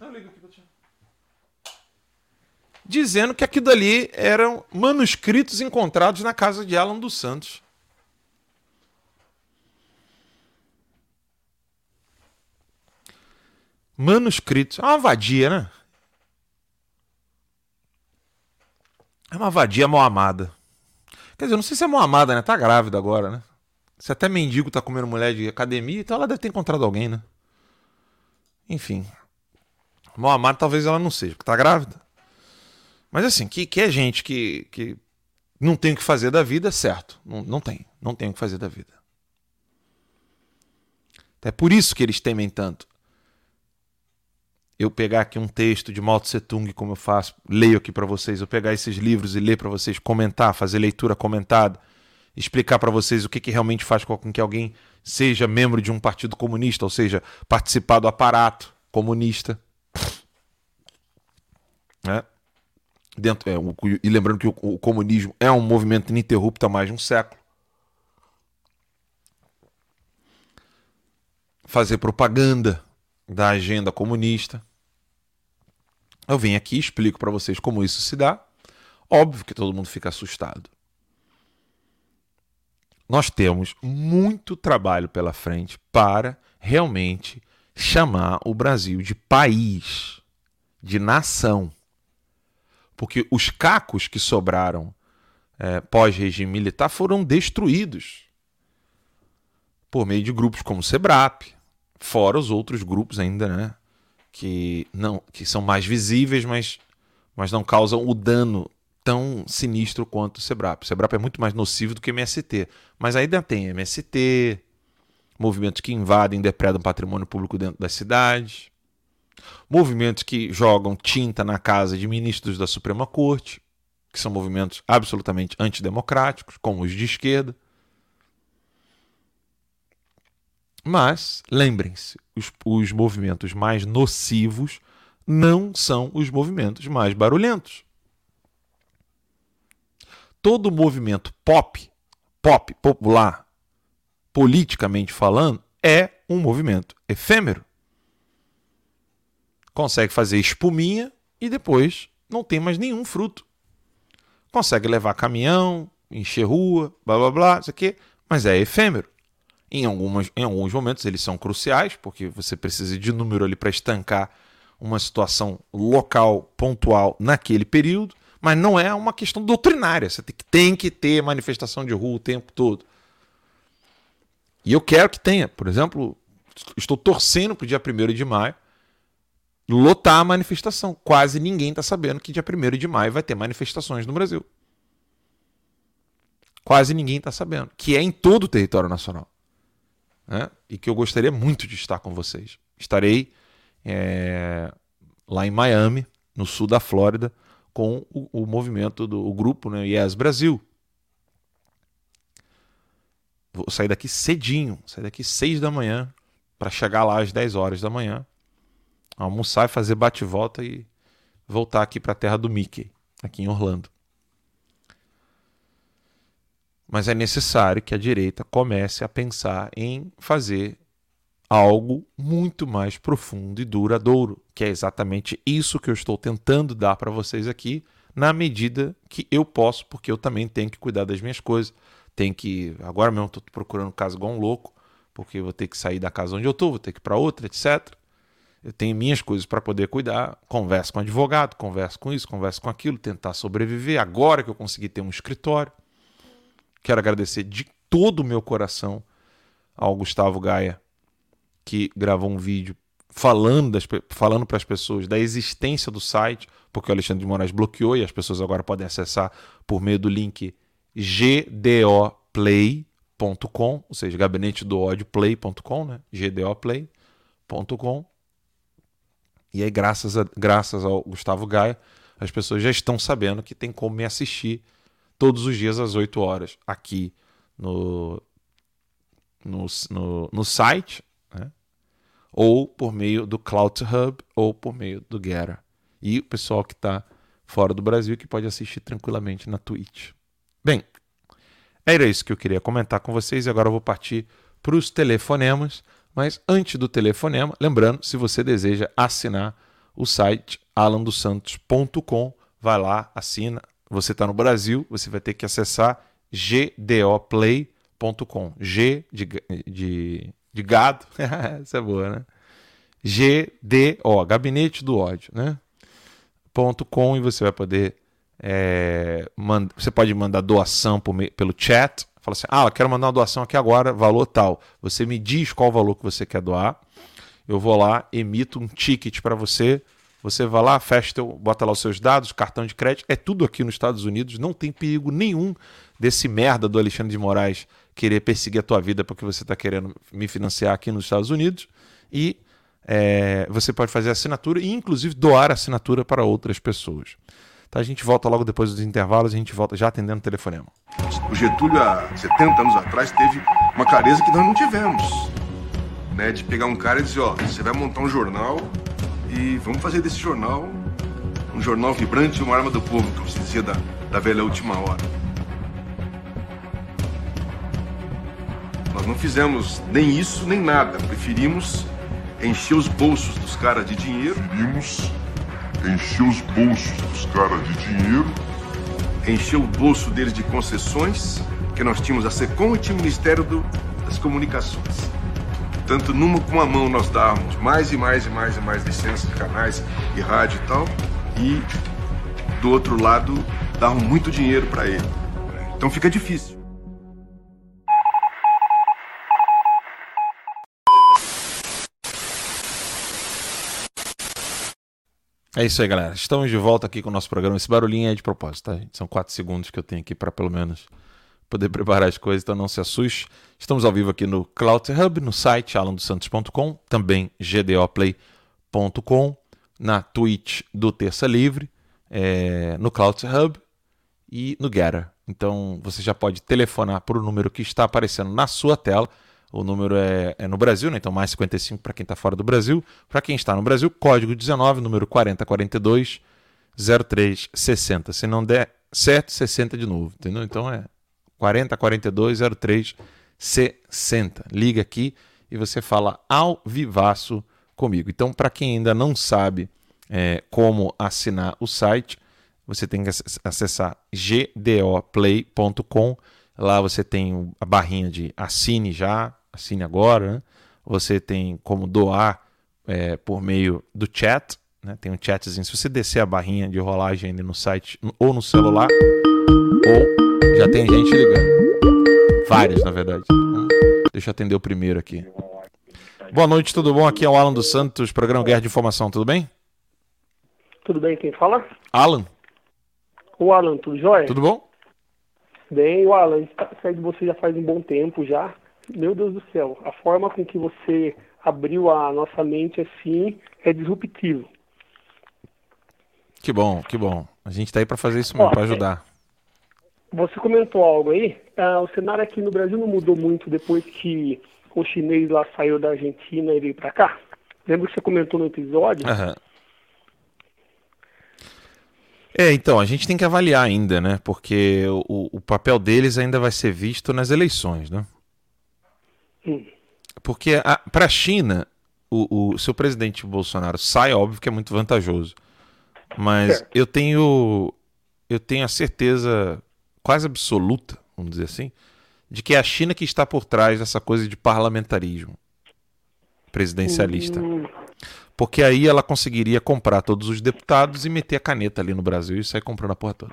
dizendo que aquilo ali eram manuscritos encontrados na casa de Alan dos Santos. Manuscritos. É uma vadia, né? É uma vadia mal amada. Quer dizer, eu não sei se é mal amada, né? Tá grávida agora, né? Se até mendigo tá comendo mulher de academia, então ela deve ter encontrado alguém, né? Enfim. Mal amada talvez ela não seja, porque tá grávida. Mas assim, que, que é gente que, que não tem o que fazer da vida, certo. Não, não tem. Não tem o que fazer da vida. É por isso que eles temem tanto. Eu pegar aqui um texto de Mao Tse Tung, como eu faço, leio aqui para vocês, eu pegar esses livros e ler para vocês, comentar, fazer leitura comentada, explicar para vocês o que, que realmente faz com que alguém seja membro de um partido comunista, ou seja, participar do aparato comunista. Né? Dentro, é, o, e lembrando que o, o comunismo é um movimento ininterrupto há mais de um século. Fazer propaganda da agenda comunista. Eu venho aqui e explico para vocês como isso se dá. Óbvio que todo mundo fica assustado. Nós temos muito trabalho pela frente para realmente chamar o Brasil de país, de nação. Porque os cacos que sobraram é, pós-regime militar foram destruídos por meio de grupos como o SEBRAP, fora os outros grupos ainda, né? Que, não, que são mais visíveis, mas, mas não causam o dano tão sinistro quanto o SEBRAP. O SEBRAP é muito mais nocivo do que o M S T. Mas ainda tem M S T, movimentos que invadem e depredam patrimônio público dentro das cidades, movimentos que jogam tinta na casa de ministros da Suprema Corte, que são movimentos absolutamente antidemocráticos, como os de esquerda. Mas, lembrem-se, os, os movimentos mais nocivos não são os movimentos mais barulhentos. Todo movimento pop, pop, popular, politicamente falando, é um movimento efêmero. Consegue fazer espuminha e depois não tem mais nenhum fruto. Consegue levar caminhão, encher rua, blá blá blá, isso aqui, mas é efêmero. Em, algumas, em alguns momentos eles são cruciais, porque você precisa de número ali para estancar uma situação local, pontual, naquele período, mas não é uma questão doutrinária. Você tem que, tem que ter manifestação de rua o tempo todo. E eu quero que tenha. Por exemplo, estou torcendo para o dia primeiro de maio lotar a manifestação. Quase ninguém está sabendo que dia primeiro de maio vai ter manifestações no Brasil. Quase ninguém está sabendo. Que é em todo o território nacional. Né? E que eu gostaria muito de estar com vocês. Estarei é, lá em Miami, no sul da Flórida, com o, o movimento do o grupo, né, Yes Brasil. Vou sair daqui cedinho, sair daqui seis da manhã, para chegar lá às dez horas da manhã, almoçar e fazer bate-volta e voltar aqui para a terra do Mickey, aqui em Orlando. Mas é necessário que a direita comece a pensar em fazer algo muito mais profundo e duradouro, que é exatamente isso que eu estou tentando dar para vocês aqui, na medida que eu posso, porque eu também tenho que cuidar das minhas coisas. Tenho que, agora mesmo estou procurando casa igual um louco, porque eu vou ter que sair da casa onde eu estou, vou ter que ir para outra, etcétera. Eu tenho minhas coisas para poder cuidar, converso com advogado, converso com isso, converso com aquilo, tentar sobreviver, agora que eu consegui ter um escritório. Quero agradecer de todo o meu coração ao Gustavo Gaia, que gravou um vídeo falando, das, falando para as pessoas da existência do site, porque o Alexandre de Moraes bloqueou e as pessoas agora podem acessar por meio do link g d o play ponto com, ou seja, gabinete do ódio play ponto com, né? g d o play ponto com. E aí, graças, a, graças ao Gustavo Gaia, as pessoas já estão sabendo que tem como me assistir todos os dias às oito horas aqui no, no, no, no site, né? Ou por meio do Clout Hub, ou por meio do Getter. E o pessoal que está fora do Brasil que pode assistir tranquilamente na Twitch. Bem, era isso que eu queria comentar com vocês e agora eu vou partir para os telefonemas. Mas antes do telefonema, lembrando, se você deseja assinar o site alan dos santos ponto com, vai lá, assina. Você está no Brasil, você vai ter que acessar g d o play ponto com. G de, de, de gado, essa é boa, né? G D O, Gabinete do Ódio, né? Ponto .com, e você vai poder é, manda, você pode mandar doação por, pelo chat. Fala assim, ah, eu quero mandar uma doação aqui agora, valor tal. Você me diz qual o valor que você quer doar. Eu vou lá, emito um ticket para você. Você vai lá, fecha, teu, bota lá os seus dados, cartão de crédito. É tudo aqui nos Estados Unidos. Não tem perigo nenhum desse merda do Alexandre de Moraes querer perseguir a tua vida porque você está querendo me financiar aqui nos Estados Unidos. E é, você pode fazer assinatura e, inclusive, doar assinatura para outras pessoas. Tá, a gente volta logo depois dos intervalos, a gente volta já atendendo o telefonema. O Getúlio, há setenta anos atrás, teve uma clareza que nós não tivemos, né? De pegar um cara e dizer, ó, você vai montar um jornal e vamos fazer desse jornal um jornal vibrante e uma arma do povo, como se dizia da, da velha última hora. Nós não fizemos nem isso, nem nada. Preferimos encher os bolsos dos caras de dinheiro. Preferimos encher os bolsos dos caras de dinheiro. Encher o bolso deles de concessões, porque nós tínhamos a SECOM e tinha o Ministério do, das Comunicações. Tanto numa com a mão nós dávamos mais e mais e mais e mais licenças de canais e rádio e tal, e do outro lado davam muito dinheiro para ele. Então fica difícil. É isso aí, galera. Estamos de volta aqui com o nosso programa. Esse barulhinho é de propósito, tá, gente? São quatro segundos que eu tenho aqui para pelo menos poder preparar as coisas, então não se assuste. Estamos ao vivo aqui no Clout Hub, no site alan dos santos ponto com, também g d o play ponto com, na Twitch do Terça Livre, é, no Clout Hub e no Getter. Então você já pode telefonar para o número que está aparecendo na sua tela. O número é, é no Brasil, né? Então mais cinquenta e cinco para quem está fora do Brasil. Para quem está no Brasil, código dezenove, número quarenta quarenta e dois, zero três sessenta. Se não der certo, sessenta de novo, entendeu? Então é quarenta quarenta e dois, zero três sessenta. Liga aqui e você fala ao vivaço comigo. Então, para quem ainda não sabe é, como assinar o site, você tem que acessar g d o play ponto com. Lá você tem a barrinha de assine já, assine agora, né? Você tem como doar é, por meio do chat, né? Tem um chatzinho. Se você descer a barrinha de rolagem ali no site ou no celular, ou já tem gente ligando. Várias, na verdade. Deixa eu atender o primeiro aqui. Boa noite, tudo bom? Aqui é o Alan dos Santos, programa Guerra de Informação, tudo bem? Tudo bem, quem fala? Alan. O Alan, tudo jóia? Tudo bom? Bem, o Alan, sai de você já faz um bom tempo já. Meu Deus do céu, a forma com que você abriu a nossa mente assim é disruptivo. Que bom, que bom. A gente tá aí para fazer isso mesmo, para ajudar. Você comentou algo aí, ah, o cenário aqui no Brasil não mudou muito depois que o chinês lá saiu da Argentina e veio para cá? Lembra que você comentou no episódio? Aham. É, então, a gente tem que avaliar ainda, né? Porque o, o papel deles ainda vai ser visto nas eleições, né? Hum. Porque para a China, o, o seu presidente Bolsonaro sai, óbvio que é muito vantajoso. Mas certo. eu tenho eu tenho a certeza quase absoluta, vamos dizer assim, de que é a China que está por trás dessa coisa de parlamentarismo presidencialista. Hum. Porque aí ela conseguiria comprar todos os deputados e meter a caneta ali no Brasil e sair comprando a porra toda.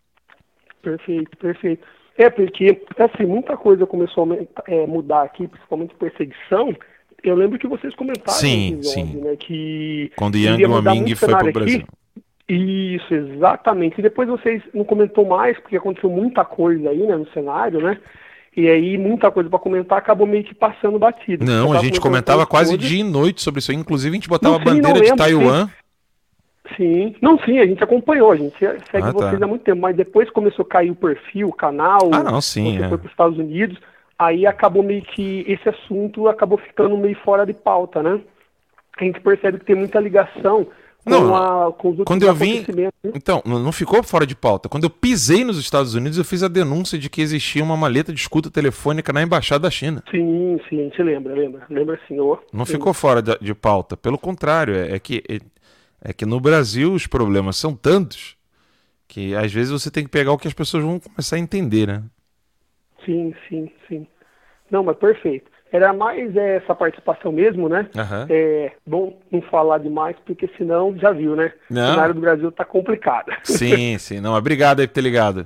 Perfeito, perfeito. É, porque assim, muita coisa começou a é, mudar aqui, principalmente perseguição. Eu lembro que vocês comentaram sim, no episódio, sim. né, que... Quando Yang Waming foi pro Brasil. Isso, exatamente. E depois vocês não comentou mais, porque aconteceu muita coisa aí, né, no cenário, né? E aí, muita coisa para comentar, acabou meio que passando batido. Não, a gente comentava quase coisas. dia e noite sobre isso aí. Inclusive, a gente botava não, a bandeira sim, de lembro, Taiwan. Sim. sim. Não, sim, a gente acompanhou. A gente segue ah, vocês tá. há muito tempo. Mas depois começou a cair o perfil, o canal. Ah, não, sim. Você é. foi para os Estados Unidos. Aí acabou meio que... Esse assunto acabou ficando meio fora de pauta, né? A gente percebe que tem muita ligação... Com Não, a, com os quando eu vim, então, não ficou fora de pauta. Quando eu pisei nos Estados Unidos, eu fiz a denúncia de que existia uma maleta de escuta telefônica na embaixada da China. Sim, sim, a gente lembra, lembra, lembra sim. Oh, não sim. ficou fora de, de pauta. Pelo contrário, é, é que é, é que no Brasil os problemas são tantos que às vezes você tem que pegar o que as pessoas vão começar a entender, né? Sim, sim, sim. Não, mas perfeito. Era mais é, essa participação mesmo, né? Uhum. É bom não falar demais, porque senão, já viu, né? Não. O cenário do Brasil tá complicado. Sim, sim. Não, obrigado aí por ter ligado.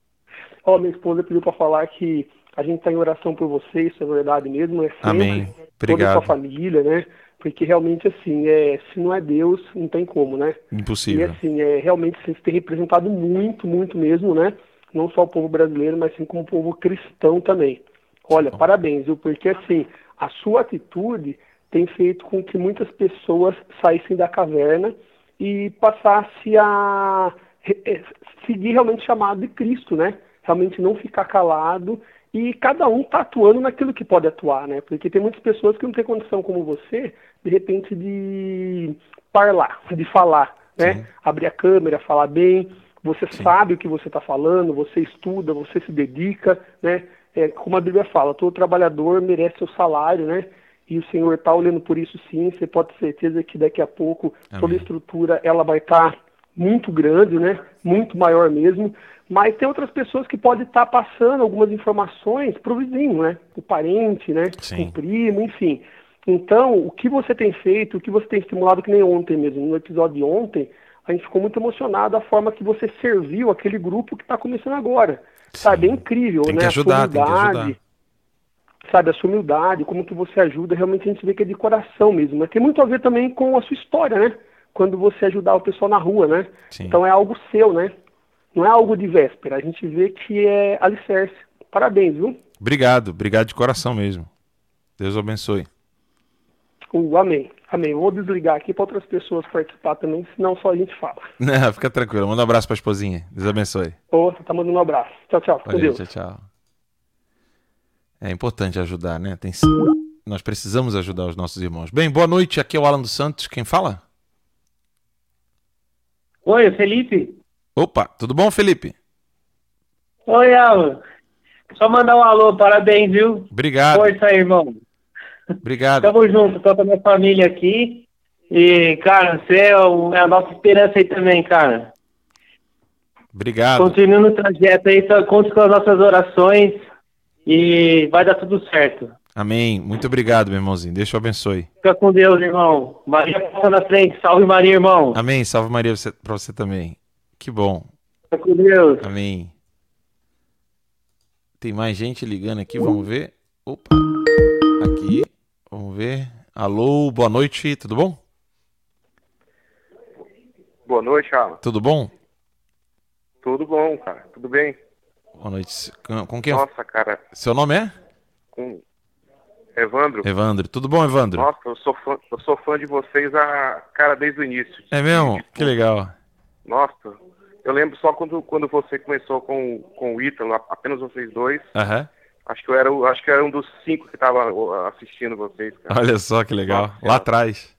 Ó, minha esposa pediu para falar que a gente tá em oração por você, isso é verdade mesmo, é sempre. Amém. Obrigado. Toda a sua família, né? Porque realmente, assim, é, se não é Deus, não tem como, né? Impossível. E assim, é, realmente vocês têm representado muito, muito mesmo, né? Não só o povo brasileiro, mas sim como o povo cristão também. Olha, Bom. parabéns, viu? Porque assim, a sua atitude tem feito com que muitas pessoas saíssem da caverna e passassem a seguir realmente o chamado de Cristo, né? Realmente não ficar calado e cada um tá atuando naquilo que pode atuar, né? Porque tem muitas pessoas que não têm condição como você, de repente, de falar, de falar, né? Sim. Abrir a câmera, falar bem, você Sim. sabe o que você está falando, você estuda, você se dedica, né? É, como a Bíblia fala, todo trabalhador merece seu salário, né? E o Senhor está olhando por isso sim, você pode ter certeza que daqui a pouco Amém. Toda a estrutura ela vai estar tá muito grande, né? Muito maior mesmo, mas tem outras pessoas que podem estar tá passando algumas informações para o vizinho, né? O parente, né? Sim. O primo, enfim. Então, o que você tem feito, o que você tem estimulado, que nem ontem mesmo, no episódio de ontem, a gente ficou muito emocionado a forma que você serviu aquele grupo que está começando agora. Sim. Sabe, é incrível, tem né? Que ajudar, a sua humildade, tem que ajudar. Sabe, a sua humildade, como que você ajuda, realmente a gente vê que é de coração mesmo. Mas tem muito a ver também com a sua história, né? Quando você ajudar o pessoal na rua, né? Sim. Então é algo seu, né? Não é algo de véspera. A gente vê que é alicerce. Parabéns, viu? Obrigado, obrigado de coração mesmo. Deus abençoe. Uh, amém, amém. Vou desligar aqui para outras pessoas participar também, senão só a gente fala. Não, fica tranquilo. Manda um abraço para a esposinha. Deus abençoe. Ô, você tá mandando um abraço. Tchau, tchau. Com Deus. Tchau, tchau. É importante ajudar, né? Tem... Nós precisamos ajudar os nossos irmãos. Bem, boa noite. Aqui é o Alan dos Santos. Quem fala? Oi, Felipe. Opa, tudo bom, Felipe? Oi, Alan. Só mandar um alô, parabéns, viu? Obrigado. Força aí, irmão. Obrigado. Tamo junto, tô com a minha família aqui. E, cara, você é, o, é a nossa esperança aí também, cara. Obrigado. Continue no trajeto aí, só conte com as nossas orações e vai dar tudo certo. Amém. Muito obrigado, meu irmãozinho. Deus te abençoe. Fica com Deus, irmão. Maria passa na frente. Salve Maria, irmão. Amém. Salve Maria para você também. Que bom. Fica com Deus. Amém. Tem mais gente ligando aqui, vamos ver. Opa. Aqui. Vamos ver. Alô, boa noite, tudo bom? Boa noite, Alan. Tudo bom? Tudo bom, cara. Tudo bem? Boa noite. Com, com quem? Nossa, cara. Seu nome é? Com Evandro. Evandro. Tudo bom, Evandro? Nossa, eu sou fã, eu sou fã de vocês, a cara, desde o início. É mesmo? Que legal. Nossa, eu lembro só quando, quando você começou com, com o Ítalo, apenas vocês dois. Aham. Uhum. Acho que eu era, acho que eu era um dos cinco que estava assistindo vocês, cara. Olha só que legal. Nossa, lá atrás.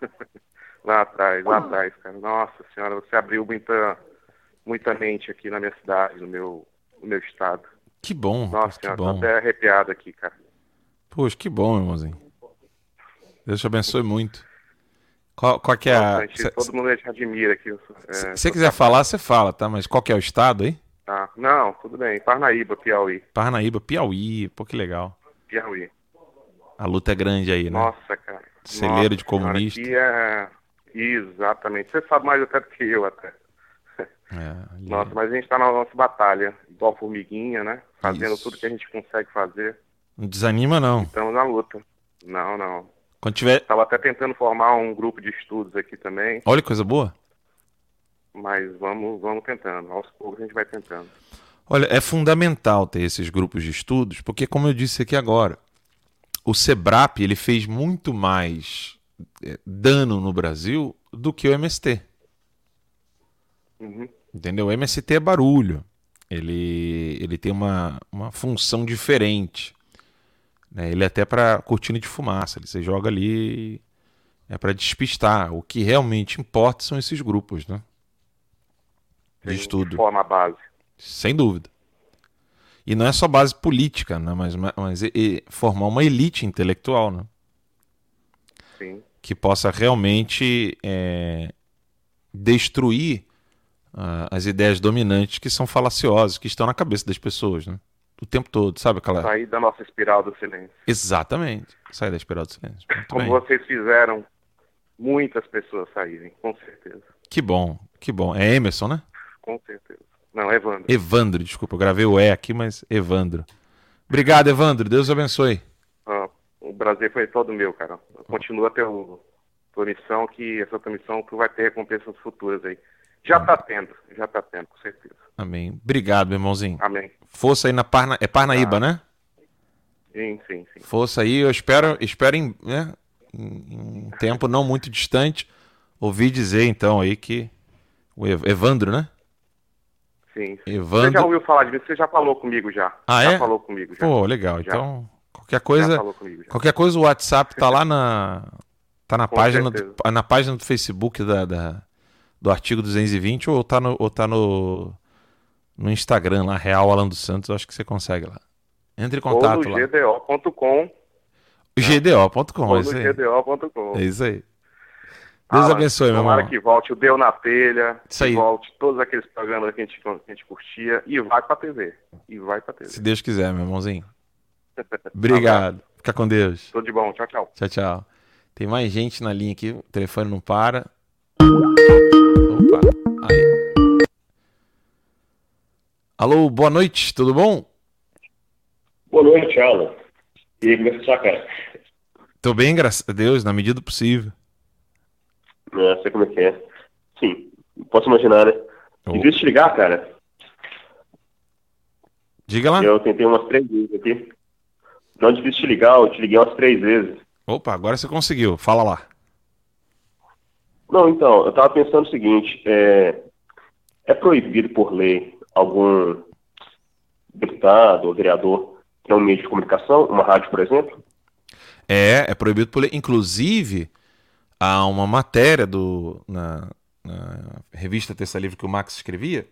lá atrás, lá atrás, cara. Nossa senhora, você abriu muita, muita mente aqui na minha cidade, no meu, no meu estado. Que bom. Nossa que senhora, bom. tô até arrepiado aqui, cara. Poxa, que bom, irmãozinho. Deus te abençoe muito. Qual, qual que é a... Nossa, cê, todo mundo te admira aqui. Se é, você quiser tá... falar, você fala, tá? Mas qual que é o estado aí? Ah, não, tudo bem. Parnaíba, Piauí. Parnaíba, Piauí. Pô, que legal. Piauí. A luta é grande aí, né? Nossa, cara. Celeiro Nossa, de comunista. Cara, aqui é... Exatamente. Você sabe mais até do que eu, até. É, Nossa, mas a gente tá na nossa batalha. Igual formiguinha, né? Fazendo Isso. tudo que a gente consegue fazer. Não desanima, não. Estamos na luta. Não, não. Quando tiver... Tava até tentando formar um grupo de estudos aqui também. Olha que coisa boa. Mas vamos, vamos tentando. Aos poucos a gente vai tentando. Olha, é fundamental ter esses grupos de estudos, porque, como eu disse aqui agora, o SEBRAP ele fez muito mais é, dano no Brasil do que o M S T. Uhum. Entendeu? O M S T é barulho. Ele, ele tem uma, uma função diferente. Né? Ele é até para cortina de fumaça. Você joga ali, é para despistar. O que realmente importa são esses grupos, né? De Sim, estudo. Forma a base. Sem dúvida. E não é só base política, né? mas, mas e, e formar uma elite intelectual, né? Sim. Que possa realmente é, destruir uh, as ideias dominantes que são falaciosas, que estão na cabeça das pessoas, né? O tempo todo, sabe aquela... Sair da nossa espiral do silêncio. Exatamente. Sair da espiral do silêncio. Muito Como bem. vocês fizeram muitas pessoas saírem, com certeza. Que bom, que bom. É Emerson, né? Com certeza. Não, Evandro. Evandro, desculpa, eu gravei o E aqui, mas Evandro. Obrigado, Evandro. Deus abençoe. Ah, o prazer foi todo meu, cara. Continua a ter tua missão, que essa tua missão tu vai ter recompensas futuras aí. Já Amém. tá tendo, já tá tendo, com certeza. Amém. Obrigado, meu irmãozinho. Amém. Força aí na Parna... É Parnaíba, ah. né? Sim, sim, sim. Força aí, eu espero, espero em, né, em um tempo não muito distante, ouvir dizer então aí que o Evandro, né? Sim, sim. Evandro... Você já ouviu falar de mim? Você já falou comigo já. Ah, já é? falou comigo já. Pô, legal. Já. Então, qualquer coisa, comigo, qualquer coisa o WhatsApp tá lá na tá na Com página certeza. do, na página do Facebook da, da do artigo duzentos e vinte ou tá no ou tá no no Instagram lá, Real Alan dos Santos, eu acho que você consegue lá. Entre em contato ou no lá. G D O ponto com. G D O ponto com, Ou é no isso aí. G D O ponto com. É isso aí. Deus Alan, abençoe, meu irmão. Tomara que volte o Deu na Telha, Isso aí. que volte todos aqueles programas que a gente, que a gente curtia e vai pra T V. E vai pra T V. Se Deus quiser, meu irmãozinho. Obrigado. Fica com Deus. Tudo de bom. Tchau, tchau. Tchau, tchau. Tem mais gente na linha aqui, o telefone não para. Opa, aí. Alô, boa noite, tudo bom? Boa noite, Alan. E aí, como é que você tá, cara? Tô bem, graças a Deus, na medida do possível. Não sei como é que é. Sim, posso imaginar, né? Oh. Devia te ligar, cara. Diga lá. Eu tentei umas três vezes aqui. Não devia te ligar, eu te liguei umas três vezes. Opa, agora você conseguiu, fala lá. Não, então, eu tava pensando o seguinte, é, é proibido por lei algum deputado ou vereador ter um meio de comunicação, uma rádio, por exemplo? É, é proibido por lei. Inclusive, há uma matéria do, na, na revista Terça Livre que o Max escrevia,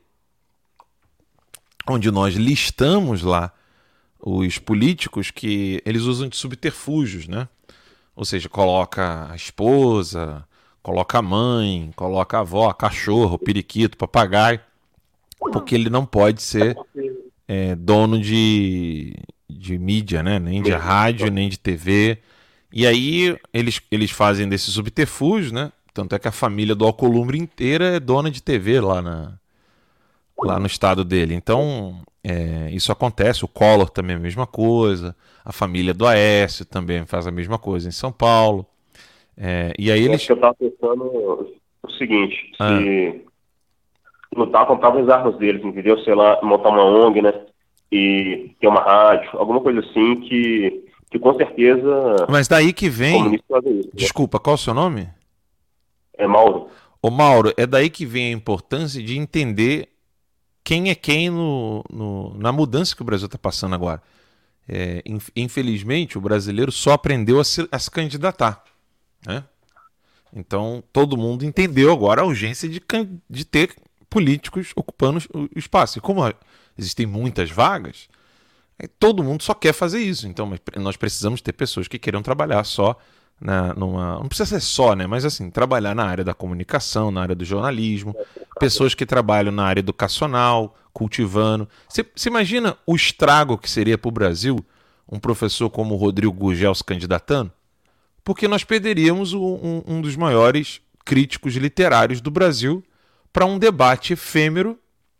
onde nós listamos lá os políticos que eles usam de subterfúgios, né? Ou seja, coloca a esposa, coloca a mãe, coloca a avó, cachorro, periquito, papagaio, porque ele não pode ser é, dono de, de mídia, né? Nem de rádio, nem de T V. E aí eles, eles fazem desses subterfúgios, né? Tanto é que a família do Alcolumbre inteira é dona de T V lá, na, lá no estado dele. Então, é, isso acontece. O Collor também é a mesma coisa. A família do Aécio também faz a mesma coisa em São Paulo. É, e aí eles... Eu estava pensando o seguinte, ah. se lutar, comprava as armas deles, entendeu? Sei lá, montar uma O N G, né? E ter uma rádio, alguma coisa assim que, que com certeza... Mas daí que vem... Isso, né? Desculpa, qual é o seu nome? É Mauro. Ô Mauro, é daí que vem a importância de entender quem é quem no, no, na mudança que o Brasil está passando agora. É, infelizmente, o brasileiro só aprendeu a se, a se candidatar, né? Então, todo mundo entendeu agora a urgência de, de ter políticos ocupando o espaço. E como existem muitas vagas, todo mundo só quer fazer isso. Então, nós precisamos ter pessoas que queiram trabalhar só na, numa... Não precisa ser só, né? Mas assim, trabalhar na área da comunicação, na área do jornalismo, pessoas que trabalham na área educacional, cultivando. Você, você imagina o estrago que seria para o Brasil um professor como o Rodrigo Gurgel se candidatando? Porque nós perderíamos o, um, um dos maiores críticos literários do Brasil para um debate efêmero,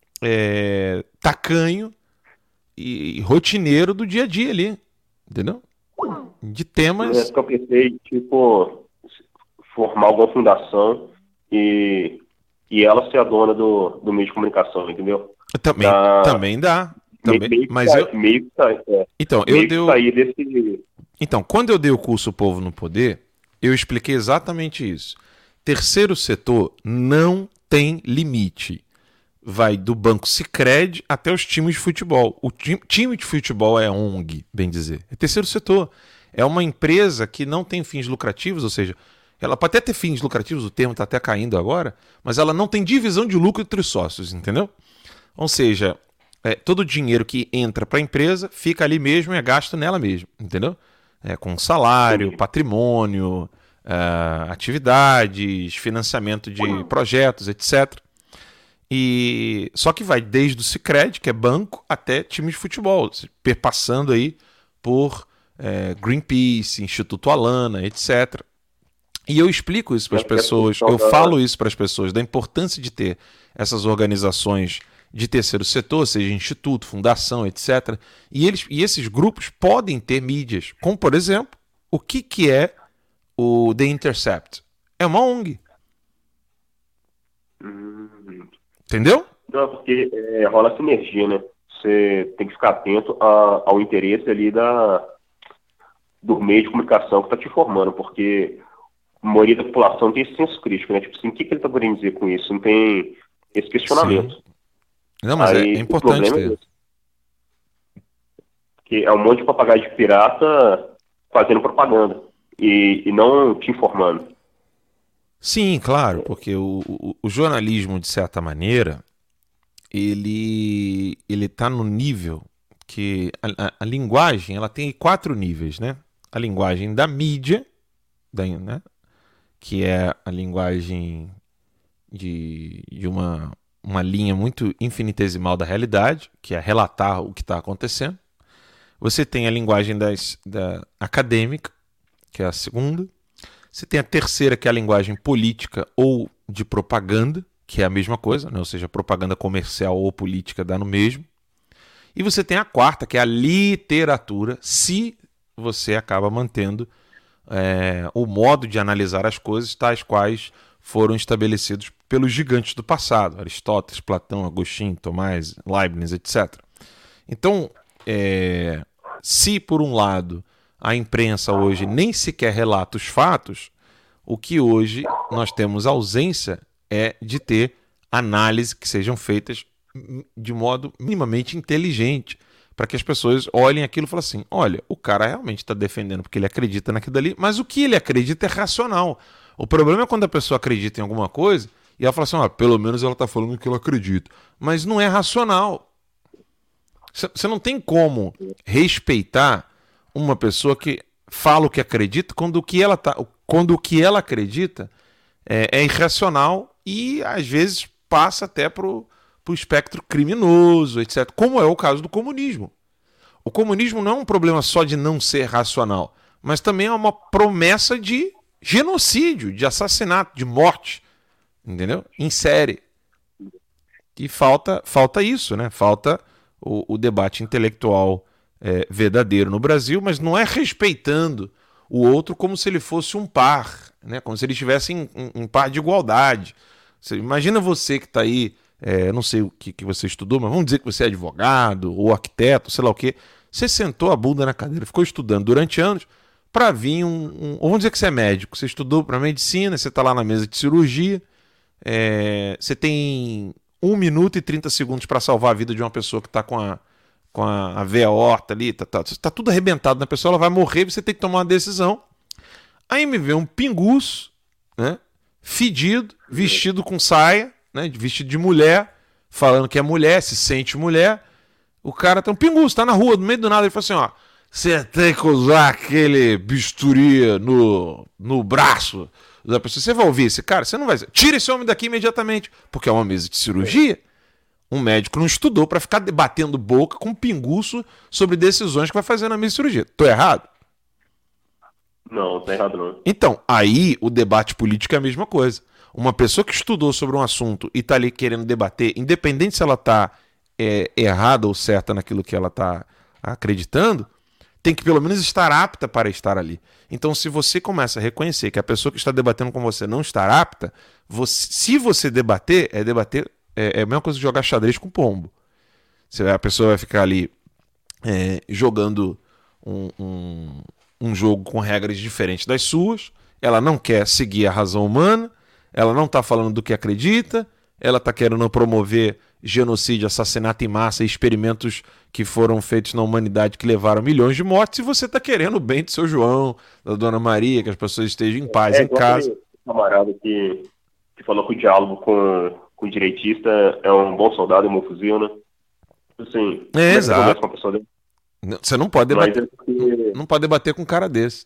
é, tacanho e, e rotineiro do dia a dia ali, entendeu? De temas... É que eu pensei, tipo, formar alguma fundação e, e ela ser a dona do, do meio de comunicação, entendeu? Também, da... também dá. Também, meio, mas meio, eu... meio que sair, é. Então, meio eu dei o... sair desse... Então, quando eu dei o curso O Povo no Poder, eu expliquei exatamente isso. Terceiro setor não tem limite. Vai do Banco Sicredi até os times de futebol. O time, time de futebol é O N G, bem dizer. É terceiro setor. É uma empresa que não tem fins lucrativos, ou seja, ela pode até ter fins lucrativos, o termo está até caindo agora, mas ela não tem divisão de lucro entre os sócios, entendeu? Ou seja, é, todo o dinheiro que entra para a empresa fica ali mesmo e é gasto nela mesmo, entendeu? É, com salário, patrimônio, é, atividades, financiamento de projetos, etcétera. E só que vai desde o Sicredi, que é banco, até time de futebol, perpassando aí por é, Greenpeace, Instituto Alana, etcétera. E eu explico isso para as pessoas, eu falo isso para as pessoas, da importância de ter essas organizações de terceiro setor, seja instituto, fundação, etcétera. E, eles, e esses grupos podem ter mídias, como por exemplo, o que, que é o The Intercept? É uma O N G. Hum. Entendeu? Não, porque é, rola sinergia, né? Você tem que ficar atento a, ao interesse ali da, do meio de comunicação que está te formando, porque a maioria da população tem esse senso crítico, né? Tipo assim, o que, que ele está querendo dizer com isso? Não tem esse questionamento. Sim. Não, mas Aí, é, é importante ter. É que é um monte de papagaio de pirata fazendo propaganda e, e não te informando. Sim, claro, porque o, o, o jornalismo, de certa maneira, ele ele está no nível que a, a, a linguagem, ela tem quatro níveis, né? A linguagem da mídia, da, né? Que é a linguagem de, de uma, uma linha muito infinitesimal da realidade, que é relatar o que está acontecendo. Você tem a linguagem das, da acadêmica, que é a segunda. Você tem a terceira, que é a linguagem política ou de propaganda, que é a mesma coisa, né? Ou seja, propaganda comercial ou política dá no mesmo. E você tem a quarta, que é a literatura, se você acaba mantendo é, o modo de analisar as coisas, tais quais foram estabelecidos pelos gigantes do passado, Aristóteles, Platão, Agostinho, Tomás, Leibniz, etcétera. Então, é, se por um lado a imprensa hoje nem sequer relata os fatos, o que hoje nós temos ausência é de ter análises que sejam feitas de modo minimamente inteligente, para que as pessoas olhem aquilo e falem assim, olha, o cara realmente está defendendo porque ele acredita naquilo ali, mas o que ele acredita é racional. O problema é quando a pessoa acredita em alguma coisa e ela fala assim, ah, pelo menos ela está falando o que ela acredita, mas não é racional. Você não tem como respeitar uma pessoa que fala o que acredita quando o que ela, tá, quando o que ela acredita é, é irracional e às vezes passa até para o espectro criminoso, etcétera. Como é o caso do comunismo. O comunismo não é um problema só de não ser racional, mas também é uma promessa de genocídio, de assassinato, de morte, entendeu? Em série. E falta, falta isso, né? Falta o, o debate intelectual é, verdadeiro no Brasil, mas não é respeitando o outro como se ele fosse um par, né? Como se ele estivesse em, em, em par de igualdade. Você, imagina você que está aí, é, não sei o que, que você estudou, mas vamos dizer que você é advogado ou arquiteto, sei lá o quê. Você sentou a bunda na cadeira, ficou estudando durante anos para vir um, um... Ou vamos dizer que você é médico, você estudou para medicina, você está lá na mesa de cirurgia, é, você tem um minuto e trinta segundos para salvar a vida de uma pessoa que está com a, com a, a veia aorta ali, tá, tá, tá tudo arrebentado na pessoa, ela vai morrer, você tem que tomar uma decisão. Aí me vê um pinguço, né, fedido, vestido com saia, né, vestido de mulher, falando que é mulher, se sente mulher. O cara tem um pinguço, tá na rua, no meio do nada, ele fala assim, ó, você tem que usar aquele bisturi no, no braço da pessoa. Você vai ouvir esse cara? Você não vai dizer, tira esse homem daqui imediatamente, porque é uma mesa de cirurgia. Um médico não estudou para ficar debatendo boca com um pinguço sobre decisões que vai fazer na mesa de cirurgia. Tô errado? Não, tá errado não. Então, aí o debate político é a mesma coisa. Uma pessoa que estudou sobre um assunto e tá ali querendo debater, independente se ela tá é, errada ou certa naquilo que ela tá acreditando, tem que pelo menos estar apta para estar ali. Então, se você começa a reconhecer que a pessoa que está debatendo com você não está apta, você, se você debater, é debater é, é a mesma coisa que jogar xadrez com pombo. Você, a pessoa vai ficar ali é, jogando um, um, um jogo com regras diferentes das suas, ela não quer seguir a razão humana, ela não está falando do que acredita, ela está querendo promover genocídio, assassinato em massa e experimentos que foram feitos na humanidade que levaram milhões de mortes, e você está querendo o bem do seu João, da Dona Maria, que as pessoas estejam em paz é, em casa. Um camarada que, que falou que o diálogo com, com o direitista é um bom soldado e um bom fuzil, né? Assim, é, exato. Com uma pessoa dele? Você não pode debater, é porque... não pode debater com um cara desse.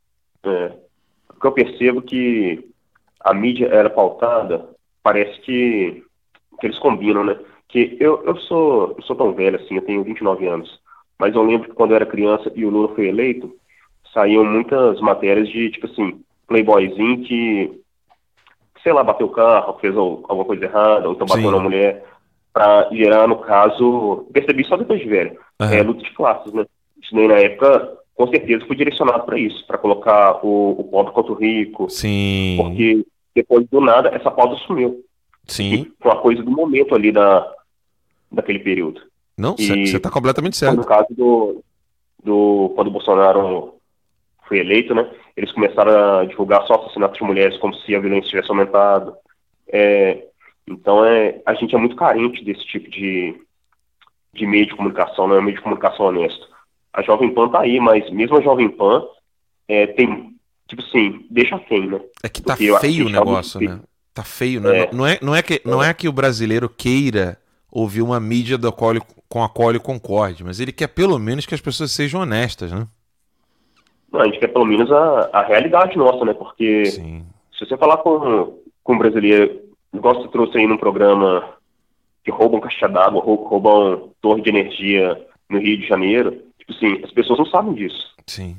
É, porque eu percebo que a mídia era pautada, parece que, que eles combinam, né? Que eu, eu, sou, eu sou tão velho assim, eu tenho vinte e nove anos, mas eu lembro que quando eu era criança e o Lula foi eleito, saíam muitas matérias de, tipo assim, playboyzinho que, sei lá, bateu o carro, fez alguma coisa errada, ou então bateu Sim. na mulher, pra gerar, no caso, percebi só depois de velho, uhum. é, luta de classes, né? Isso daí, na época, com certeza foi direcionado para isso, para colocar o, o pobre contra o rico. Sim. Porque depois do nada, essa pauta sumiu. Sim. Foi uma coisa do momento ali da, daquele período. Não, você está completamente certo. No caso do, do... Quando o Bolsonaro foi eleito, né? Eles começaram a divulgar só assassinatos de mulheres como se a violência tivesse aumentado. É, então, é, a gente é muito carente desse tipo de, de meio de comunicação, não é um meio de comunicação honesto. A Jovem Pan tá aí, mas mesmo a Jovem Pan é, tem, tipo assim, deixa quem, né? É que tá feio o negócio, né? Tá feio, né? É. Não, é, não, é que, não é que o brasileiro queira ouvir uma mídia do qual ele, com a qual ele concorde, mas ele quer pelo menos que as pessoas sejam honestas, né? Não, a gente quer pelo menos a, a realidade nossa, né? Porque Sim. se você falar com, com um brasileiro, igual você trouxe aí num programa que roubam caixa d'água, roubam torre de energia no Rio de Janeiro, tipo assim, as pessoas não sabem disso. Sim.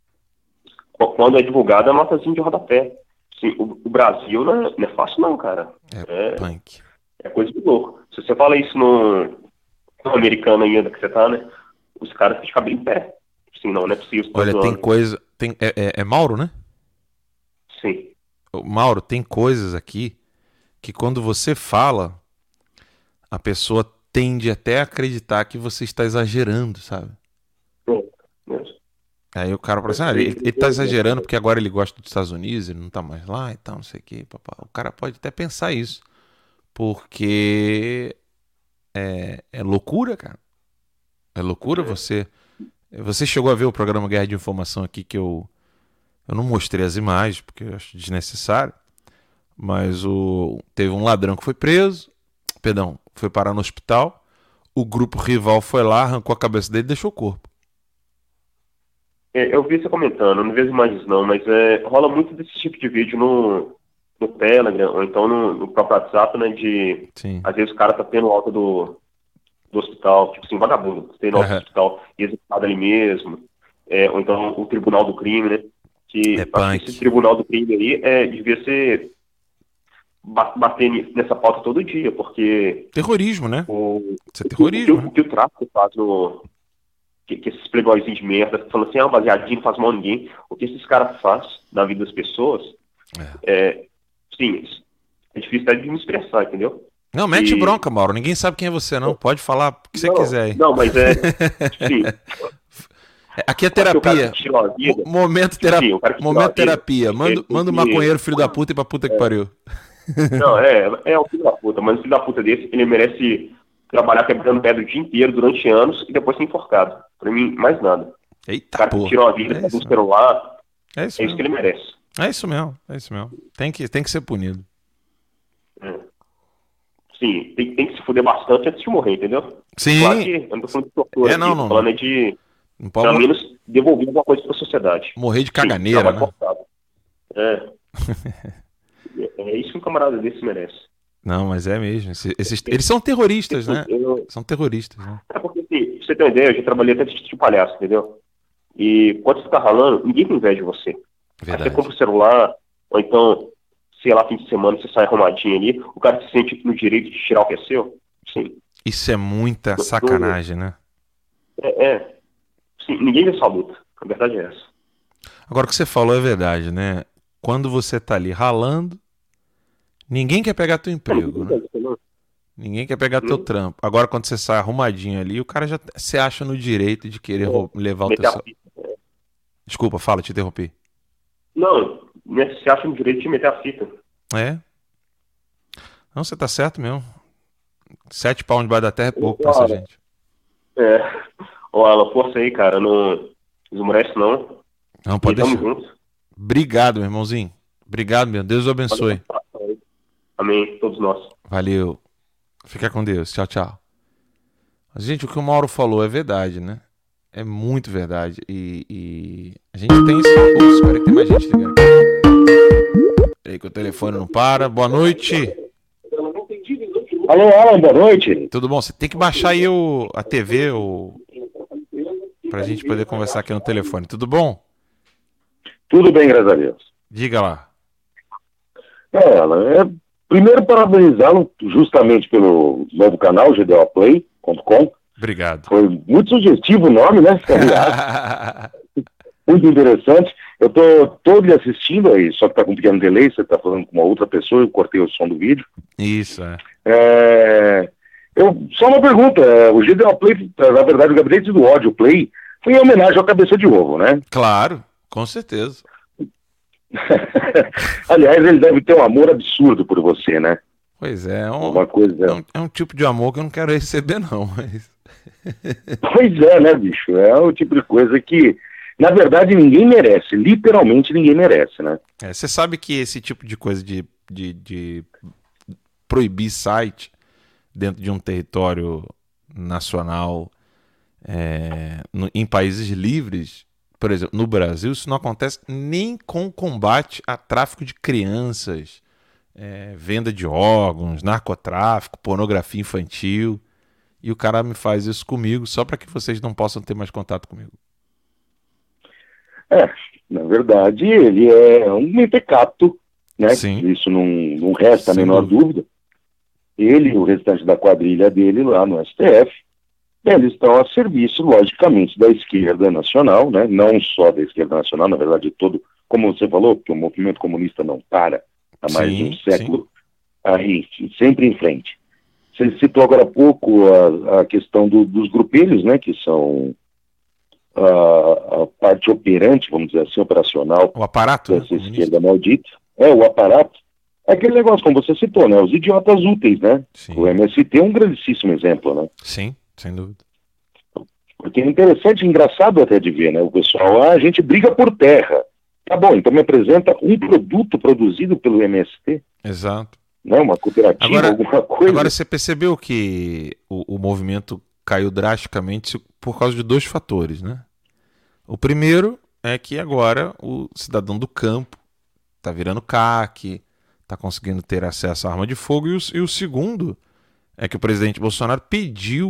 Quando é divulgado, é notazinha de rodapé. Sim, o, o Brasil não é, não é fácil não, cara. É, é punk. É coisa de louco. Se você fala isso no, no americano ainda que você tá, né? Os caras ficam de cabelo em pé. Assim, não, não é possível. Olha, tem coisa... Tem, é, é, é Mauro, né? Sim. Mauro, tem coisas aqui que quando você fala, a pessoa tende até a acreditar que você está exagerando, sabe? Sim, mesmo. Aí o cara fala assim, ah, ele, ele tá exagerando porque agora ele gosta dos Estados Unidos, ele não tá mais lá e tal, não sei o que. O cara pode até pensar isso. Porque é, é loucura, cara. É loucura você... Você chegou a ver o programa Guerra de Informação aqui que eu... Eu não mostrei as imagens porque eu acho desnecessário. Mas o, teve um ladrão que foi preso. Perdão, foi parar no hospital. O grupo rival foi lá, arrancou a cabeça dele e deixou o corpo. É, eu vi você comentando, não vejo imagens não, mas é, rola muito desse tipo de vídeo no, no Telegram, ou então no, no próprio WhatsApp, né, de... Sim. Às vezes o cara tá tendo alta do, do hospital, tipo assim, vagabundo, tem nosso Uhum. hospital executado ali mesmo, é, ou então o tribunal do crime, né? Que É acho punk. que esse tribunal do crime aí é, devia ser ba- bater ni- nessa pauta todo dia, porque Terrorismo, né? o, Isso é o, que- terrorismo, o, que, né? o que o tráfico faz no. Que, que esses playboyzinhos de merda falando assim, ah, baseadinho não faz mal a ninguém. O que esses caras fazem na vida das pessoas é. Sim, é difícil até de me expressar, entendeu? Não, mete E- bronca, Mauro. Ninguém sabe quem é você, não. Pode falar o que você Não, quiser aí. não, mas é- sim. Aqui é Acho que o cara terapia. que tirou a vida- Mo- Momento, Sim, terapia. o cara que tirou a Momento vida, terapia. Manda, ele tem manda o que- maconheiro, filho da puta, e pra puta que pariu. Não, é, é o filho da puta, mas o filho da puta desse, ele merece trabalhar quebrando pedra o dia inteiro, durante anos, e depois ser enforcado. Pra mim, mais nada. Eita, o cara porra. que tirou a vida É do isso celular, É isso é isso que ele merece. É isso mesmo, é isso mesmo. Tem que, tem que ser punido. É. Sim, tem, tem que se fuder bastante antes de morrer, entendeu? Sim. Claro que eu não tô falando de tortura, É, não, aqui, não, tô falando não. é de, Não pode pelo morrer- menos, devolver alguma coisa pra sociedade. Morrer de Sim, caganeira, trabalho né? forçado. É. É isso que um camarada desse merece. Não, mas é mesmo. Esse- Esses, eles são terroristas, né? Eu- São terroristas, né? É porque, assim, pra você ter uma ideia, eu já trabalhei até de palhaço, entendeu? E quando você tá ralando, ninguém tem inveja de você. Aí Verdade. você compra o celular, ou então, sei lá, fim de semana, você sai arrumadinho ali, o cara se sente no direito de tirar o que é seu. Sim. Isso é muita sacanagem, né? É, é. Sim, ninguém vê sua luta. A verdade é essa. Agora o que você falou é verdade, né? Quando você tá ali ralando, ninguém quer pegar teu emprego, né? Ninguém quer pegar teu trampo. Agora quando você sai arrumadinho ali, o cara já se acha no direito de querer rou- levar o teu... Meter a cel- fita. Desculpa, fala, te interrompi. Não, né, você acha no direito de meter a fita. É? Não, você tá certo mesmo. Sete pau debaixo da terra é pouco pra essa Olha, gente. É. Ô, Alan, força aí, cara. Não desmorece, não. Não, pode E tamo deixar. junto. Obrigado, meu irmãozinho. Obrigado, meu. Deus o abençoe. Amém, todos nós. Valeu. Fica com Deus. Tchau, tchau. Mas, gente, o que o Mauro falou é verdade, né? É muito verdade. E, e a gente tem isso. Ups, espera que tem mais gente ligando aqui. Peraí que o telefone não para. Boa noite. Alô, Alan, boa noite. Tudo bom? Você tem que baixar aí o, a T V o, pra gente poder conversar aqui no telefone. Tudo bom? Tudo bem, graças a Deus. Diga lá. É, Alan, é, primeiro parabenizá-lo justamente pelo novo canal, G D O Play ponto com. Obrigado. Foi muito sugestivo o nome, né? Aliás, muito interessante. Eu tô todo lhe assistindo aí, só que tá com um pequeno delay, você tá falando com uma outra pessoa, eu cortei o som do vídeo. Isso, é. É, eu, só uma pergunta, é, o G D O Play, na verdade o Gabinete do Ódio Play, foi em homenagem ao Cabeça de Ovo, né? Claro, com certeza. Aliás, ele deve ter um amor absurdo por você, né? Pois é, é um, Uma coisa... é um, é um tipo de amor que eu não quero receber, não. Mas... Pois é, né, bicho? É o tipo de coisa que, na verdade, ninguém merece. Literalmente ninguém merece, né? É, você sabe que esse tipo de coisa de, de, de proibir site dentro de um território nacional é, no, em países livres, por exemplo, no Brasil, isso não acontece nem com o combate a tráfico de crianças, é, venda de órgãos, narcotráfico, pornografia infantil. E o cara me faz isso comigo só para que vocês não possam ter mais contato comigo. É, na verdade, ele é um mentecato, né? Sim. Isso não, não resta a Sem menor dúvida. Ele e o restante da quadrilha dele lá no S T F, eles estão a serviço, logicamente, da esquerda nacional, né? Não só da esquerda nacional, na verdade, todo, como você falou, que o movimento comunista não para há mais Sim, de um século, aí, sempre em frente. Você citou agora há pouco a, a questão do, dos grupelhos, né, que são a, a parte operante, vamos dizer assim, operacional o aparato, dessa né, esquerda maldita. É, o aparato. É aquele negócio, como você citou, né, os idiotas úteis, né? Sim. O M S T é um grandíssimo exemplo, né? Sim, sem dúvida. Porque é interessante, engraçado até de ver, né? O pessoal, ah, a gente briga por terra. Tá bom, então me apresenta um produto produzido pelo M S T. Exato. Né, uma cooperativa, Agora, alguma coisa. agora você percebeu que o, o movimento caiu drasticamente por causa de dois fatores, né? O primeiro é que agora o cidadão do campo está virando C A C, está conseguindo ter acesso à arma de fogo, e o, e o segundo é que o presidente Bolsonaro pediu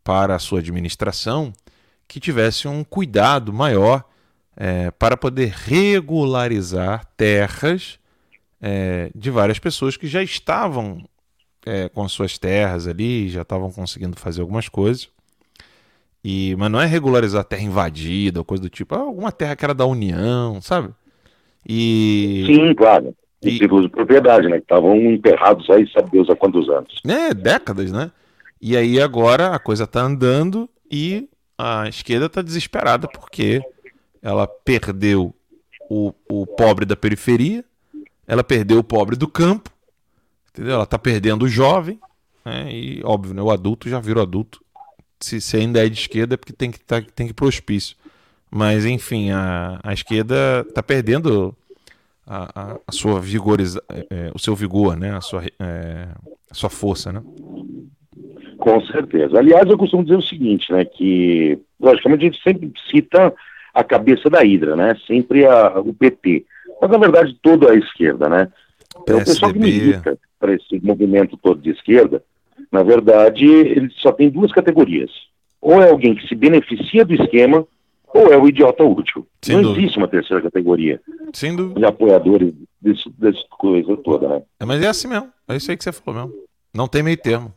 para a sua administração que tivesse um cuidado maior é, para poder regularizar terras é, de várias pessoas que já estavam é, com as suas terras ali, já estavam conseguindo fazer algumas coisas. E, mas não é regularizar terra invadida ou coisa do tipo, ah, alguma terra que era da União, sabe? E... Sim, claro. E títulos de propriedade, né? Que estavam enterrados aí, sabe Deus há quantos anos. É, décadas, né? E aí agora a coisa tá andando e a esquerda tá desesperada porque ela perdeu o, o pobre da periferia, ela perdeu o pobre do campo, entendeu? Ela tá perdendo o jovem, né? E óbvio, né? O adulto já virou adulto. Se, se ainda é de esquerda é porque tem que, tá, tem que ir pro hospício. Mas, enfim, a, a esquerda está perdendo a, a, a sua vigoriza, é, o seu vigor, né? a, sua, é, a sua força. Né? Com certeza. Aliás, eu costumo dizer o seguinte, né? Que, logicamente, a gente sempre cita a cabeça da hidra, né? Sempre a, o P T. Mas, na verdade, toda a esquerda, né? Então, o pessoal que milita para esse movimento todo de esquerda, na verdade, ele só tem duas categorias. Ou é alguém que se beneficia do esquema, ou é o idiota útil. Sem Não dúvida. Existe uma terceira categoria Sem dúvida. de apoiadores desse, dessa coisa toda, né? É, mas é assim mesmo. É isso aí que você falou mesmo. Não tem meio termo.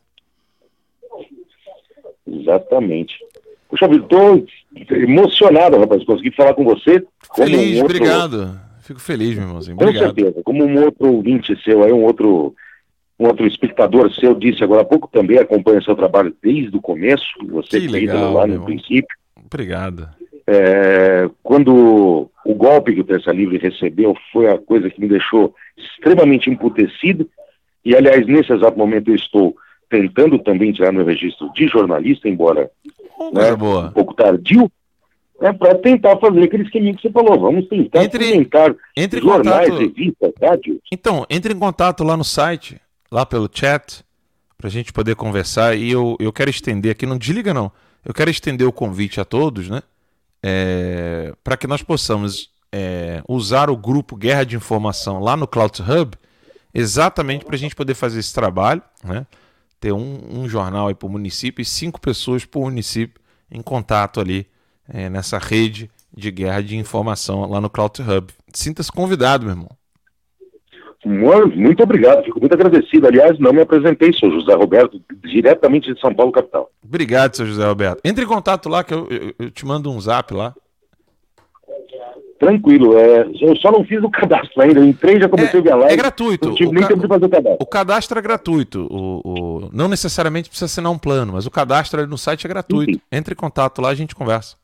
Exatamente. Puxa vida, estou emocionado, rapaz, consegui falar com você. Feliz, um outro... obrigado. Fico feliz, meu irmãozinho. Com Obrigado. certeza. Como um outro ouvinte seu aí, um outro... Um outro espectador seu disse agora há pouco, também acompanha seu trabalho desde o começo, você que fez legal, lá meu no princípio. Obrigado. É, quando o golpe que o Terça Livre recebeu foi a coisa que me deixou extremamente emputecido, e aliás, nesse exato momento eu estou tentando também tirar meu registro de jornalista, embora oh, né, boa. um pouco tardio, né, para tentar fazer aquele esqueminha que você falou, vamos tentar entre, comentar entre jornais, contato, revistas, rádios. Então, entre em contato lá no site, lá pelo chat, pra gente poder conversar, e eu, eu quero estender aqui, não desliga não, eu quero estender o convite a todos, né, é, para que nós possamos é, usar o grupo Guerra de Informação lá no Cloud Hub, exatamente para a gente poder fazer esse trabalho, né, ter um, um jornal aí para o município e cinco pessoas por município em contato ali é, nessa rede de guerra de informação lá no Cloud Hub. Sinta-se convidado, meu irmão. Muito obrigado, fico muito agradecido. Aliás, não me apresentei, sou José Roberto, diretamente de São Paulo, capital. Obrigado, seu José Roberto. Entre em contato lá, que eu, eu, eu te mando um zap lá. Tranquilo, é, eu só não fiz o cadastro ainda, eu entrei e já comecei é, a ver a live. É gratuito. Não tive o nem ca... tempo de fazer o cadastro. O cadastro é gratuito, o, o... não necessariamente precisa assinar um plano, mas o cadastro ali no site é gratuito. Sim. Entre em contato lá e a gente conversa.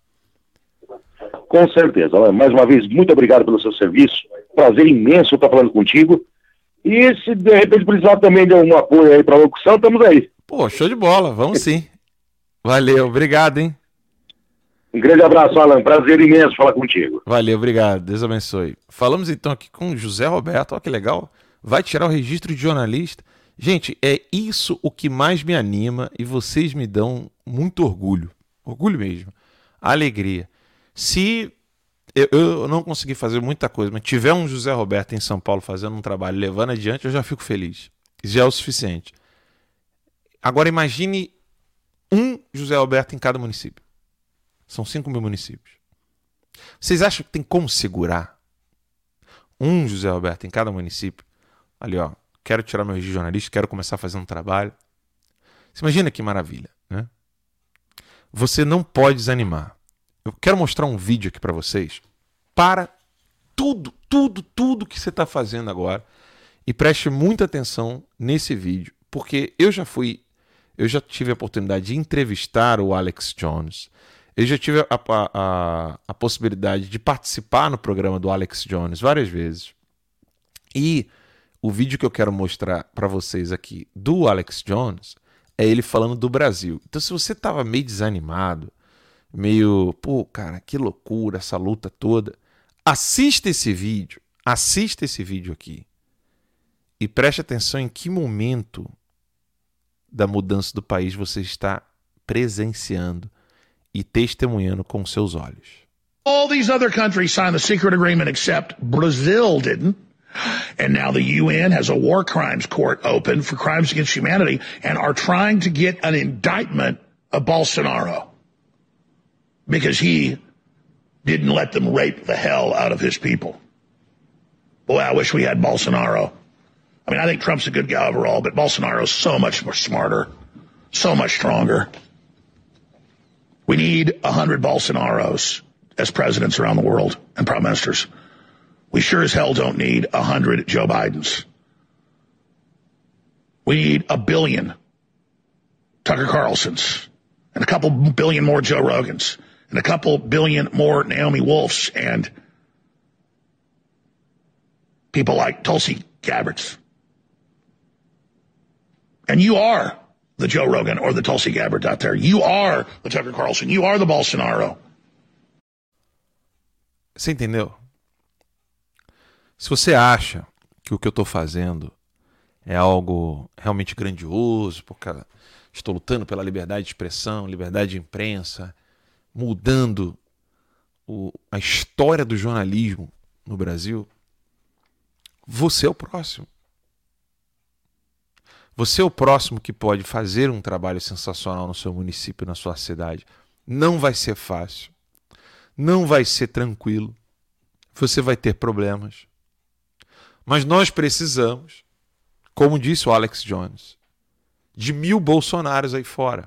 Com certeza. Mais uma vez, muito obrigado pelo seu serviço. Prazer imenso estar falando contigo. E se de repente precisar também de um apoio aí para a locução, estamos aí. Pô, show de bola. Vamos sim. Valeu. Obrigado, hein? Um grande abraço, Alan. Prazer imenso falar contigo. Valeu. Obrigado. Deus abençoe. Falamos então aqui com o José Roberto. Olha que legal. Vai tirar o registro de jornalista. Gente, é isso o que mais me anima e vocês me dão muito orgulho. Orgulho mesmo. Alegria. Se eu, eu não consegui fazer muita coisa, mas tiver um José Roberto em São Paulo fazendo um trabalho, levando adiante, eu já fico feliz. Isso já é o suficiente. Agora imagine um José Roberto em cada município. São cinco mil municípios. Vocês acham que tem como segurar um José Roberto em cada município? Ali, ó, quero tirar meu registro de jornalista, quero começar a fazer um trabalho. Você imagina que maravilha, né? Você não pode desanimar. Eu quero mostrar um vídeo aqui para vocês. Para tudo, tudo, tudo que você está fazendo agora e preste muita atenção nesse vídeo, porque eu já fui, eu já tive a oportunidade de entrevistar o Alex Jones. Eu já tive a, a, a, a possibilidade de participar no programa do Alex Jones várias vezes. E o vídeo que eu quero mostrar para vocês aqui do Alex Jones é ele falando do Brasil. Então, se você estava meio desanimado, meio, pô, cara, que loucura essa luta toda, assista esse vídeo, assista esse vídeo aqui e preste atenção em que momento da mudança do país você está presenciando e testemunhando com seus olhos. All these other countries signed the secret agreement except Brazil didn't. And now the U N has a war crimes court open for crimes against humanity and are trying to get an indictment of Bolsonaro because he didn't let them rape the hell out of his people. Boy, I wish we had Bolsonaro. I mean, I think Trump's a good guy overall, but Bolsonaro's so much more smarter, so much stronger. We need a hundred Bolsonaros as presidents around the world and prime ministers. We sure as hell don't need a hundred Joe Bidens. We need a billion Tucker Carlsons and a couple billion more Joe Rogans and a couple billion more Naomi Wolfs and people like Tulsi Gabbards. And you are the Joe Rogan or the Tulsi Gabbard out there. You are the Tucker Carlson. You are the Bolsonaro. Você entendeu? Se você acha que o que eu estou fazendo é algo realmente grandioso, porque estou lutando pela liberdade de expressão, liberdade de imprensa, mudando o, a história do jornalismo no Brasil, você é o próximo. Você é o próximo que pode fazer um trabalho sensacional no seu município, na sua cidade. Não vai ser fácil. Não vai ser tranquilo. Você vai ter problemas. Mas nós precisamos, como disse o Alex Jones, de mil Bolsonaros aí fora.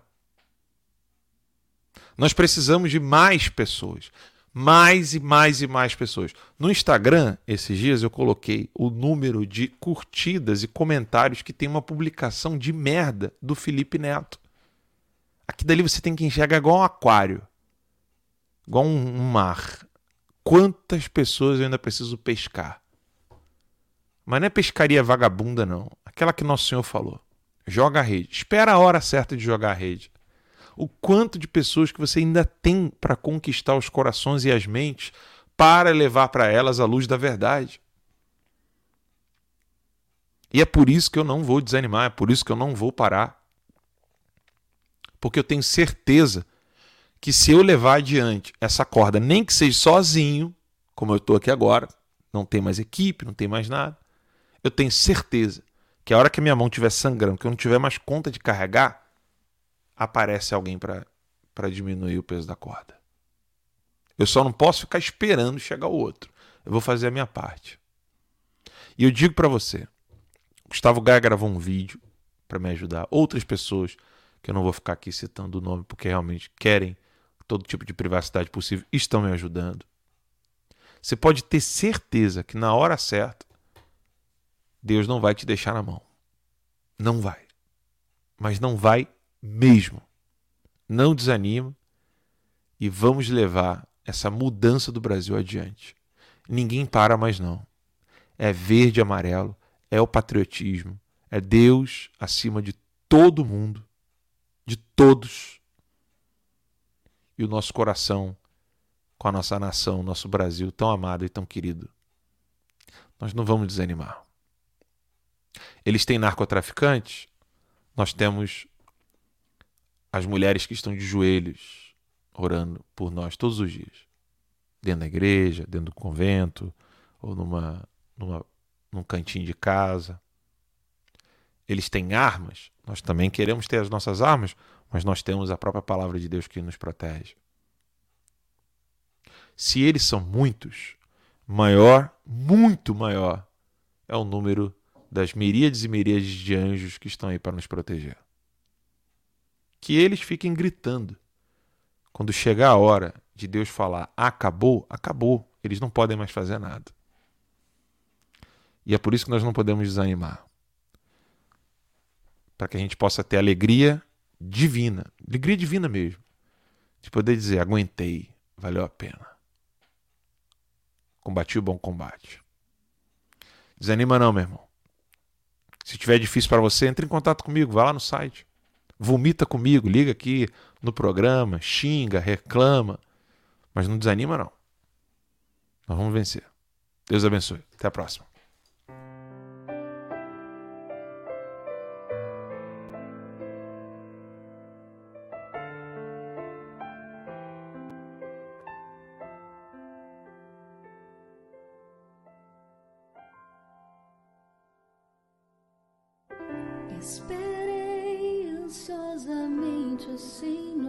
Nós precisamos de mais pessoas. Mais e mais e mais pessoas. No Instagram, esses dias, eu coloquei o número de curtidas e comentários que tem uma publicação de merda do Felipe Neto. Aqui dali você tem que enxergar igual um aquário. Igual um, um mar. Quantas pessoas eu ainda preciso pescar? Mas não é pescaria vagabunda, não. Aquela que Nosso Senhor falou. Joga a rede. Espera a hora certa de jogar a rede. O quanto de pessoas que você ainda tem para conquistar os corações e as mentes para levar para elas a luz da verdade. E é por isso que eu não vou desanimar, é por isso que eu não vou parar. Porque eu tenho certeza que se eu levar adiante essa corda, nem que seja sozinho, como eu estou aqui agora, não tem mais equipe, não tem mais nada, eu tenho certeza que a hora que a minha mão estiver sangrando, que eu não tiver mais conta de carregar, aparece alguém para diminuir o peso da corda. Eu só não posso ficar esperando chegar o outro. Eu vou fazer a minha parte. E eu digo para você, Gustavo Gaia gravou um vídeo para me ajudar. Outras pessoas, que eu não vou ficar aqui citando o nome, porque realmente querem todo tipo de privacidade possível, estão me ajudando. Você pode ter certeza que na hora certa, Deus não vai te deixar na mão. Não vai. Mas não vai mesmo. Não desanima e vamos levar essa mudança do Brasil adiante. Ninguém para mais não. É verde e amarelo, é o patriotismo, é Deus acima de todo mundo, de todos. E o nosso coração com a nossa nação, nosso Brasil tão amado e tão querido. Nós não vamos desanimar. Eles têm narcotraficantes, nós temos as mulheres que estão de joelhos orando por nós todos os dias. Dentro da igreja, dentro do convento, ou numa, numa, num cantinho de casa. Eles têm armas, nós também queremos ter as nossas armas, mas nós temos a própria palavra de Deus que nos protege. Se eles são muitos, maior, muito maior, é o número das miríades e miríades de anjos que estão aí para nos proteger. Que eles fiquem gritando. Quando chegar a hora de Deus falar, acabou, acabou. Eles não podem mais fazer nada. E é por isso que nós não podemos desanimar. Para que a gente possa ter alegria divina. Alegria divina mesmo. De poder dizer, aguentei, valeu a pena. Combati o bom combate. Desanima não, meu irmão. Se tiver difícil para você, entre em contato comigo, vai lá no site. Vomita comigo, liga aqui no programa, xinga, reclama. Mas não desanima não. Nós vamos vencer. Deus abençoe. Até a próxima. Esperei ansiosamente o Senhor.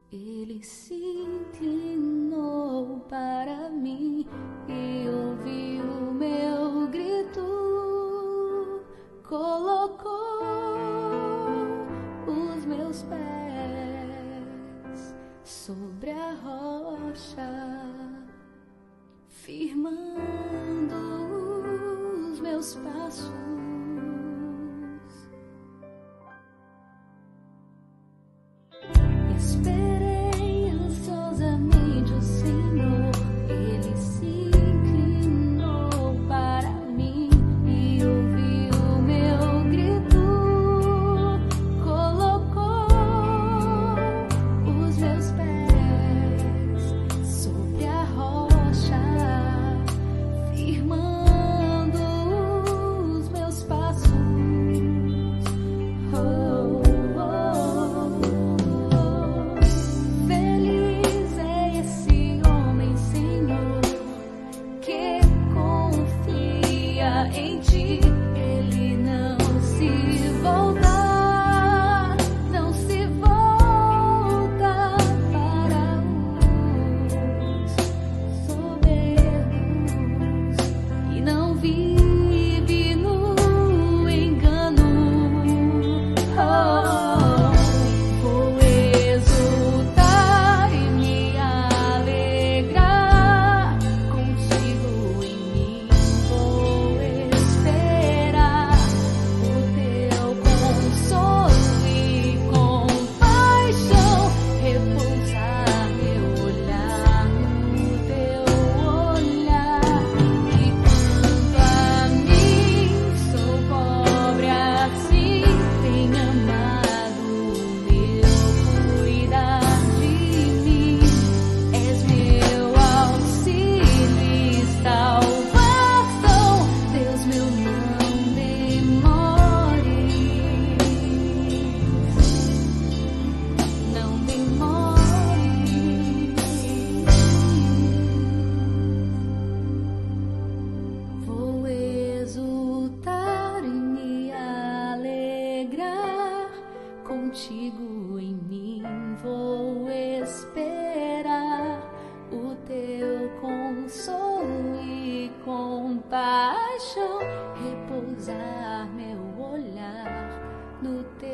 Ele se inclinou para mim e ouviu o meu grito, colocou os meus pés sobre a rocha, firmando os meus passos. Esperei ansiosamente o Senhor, Ele se inclinou para mim e ouviu o meu grito, colocou os meus pés sobre a rocha, firmando os meus passos. Oh. Em ti, ele não se volta, não se volta para os soberbos e não vive no engano. Oh, vou exultar e me alegrar contigo em mim. Contigo em mim vou esperar o teu consolo e compaixão, repousar meu olhar no teu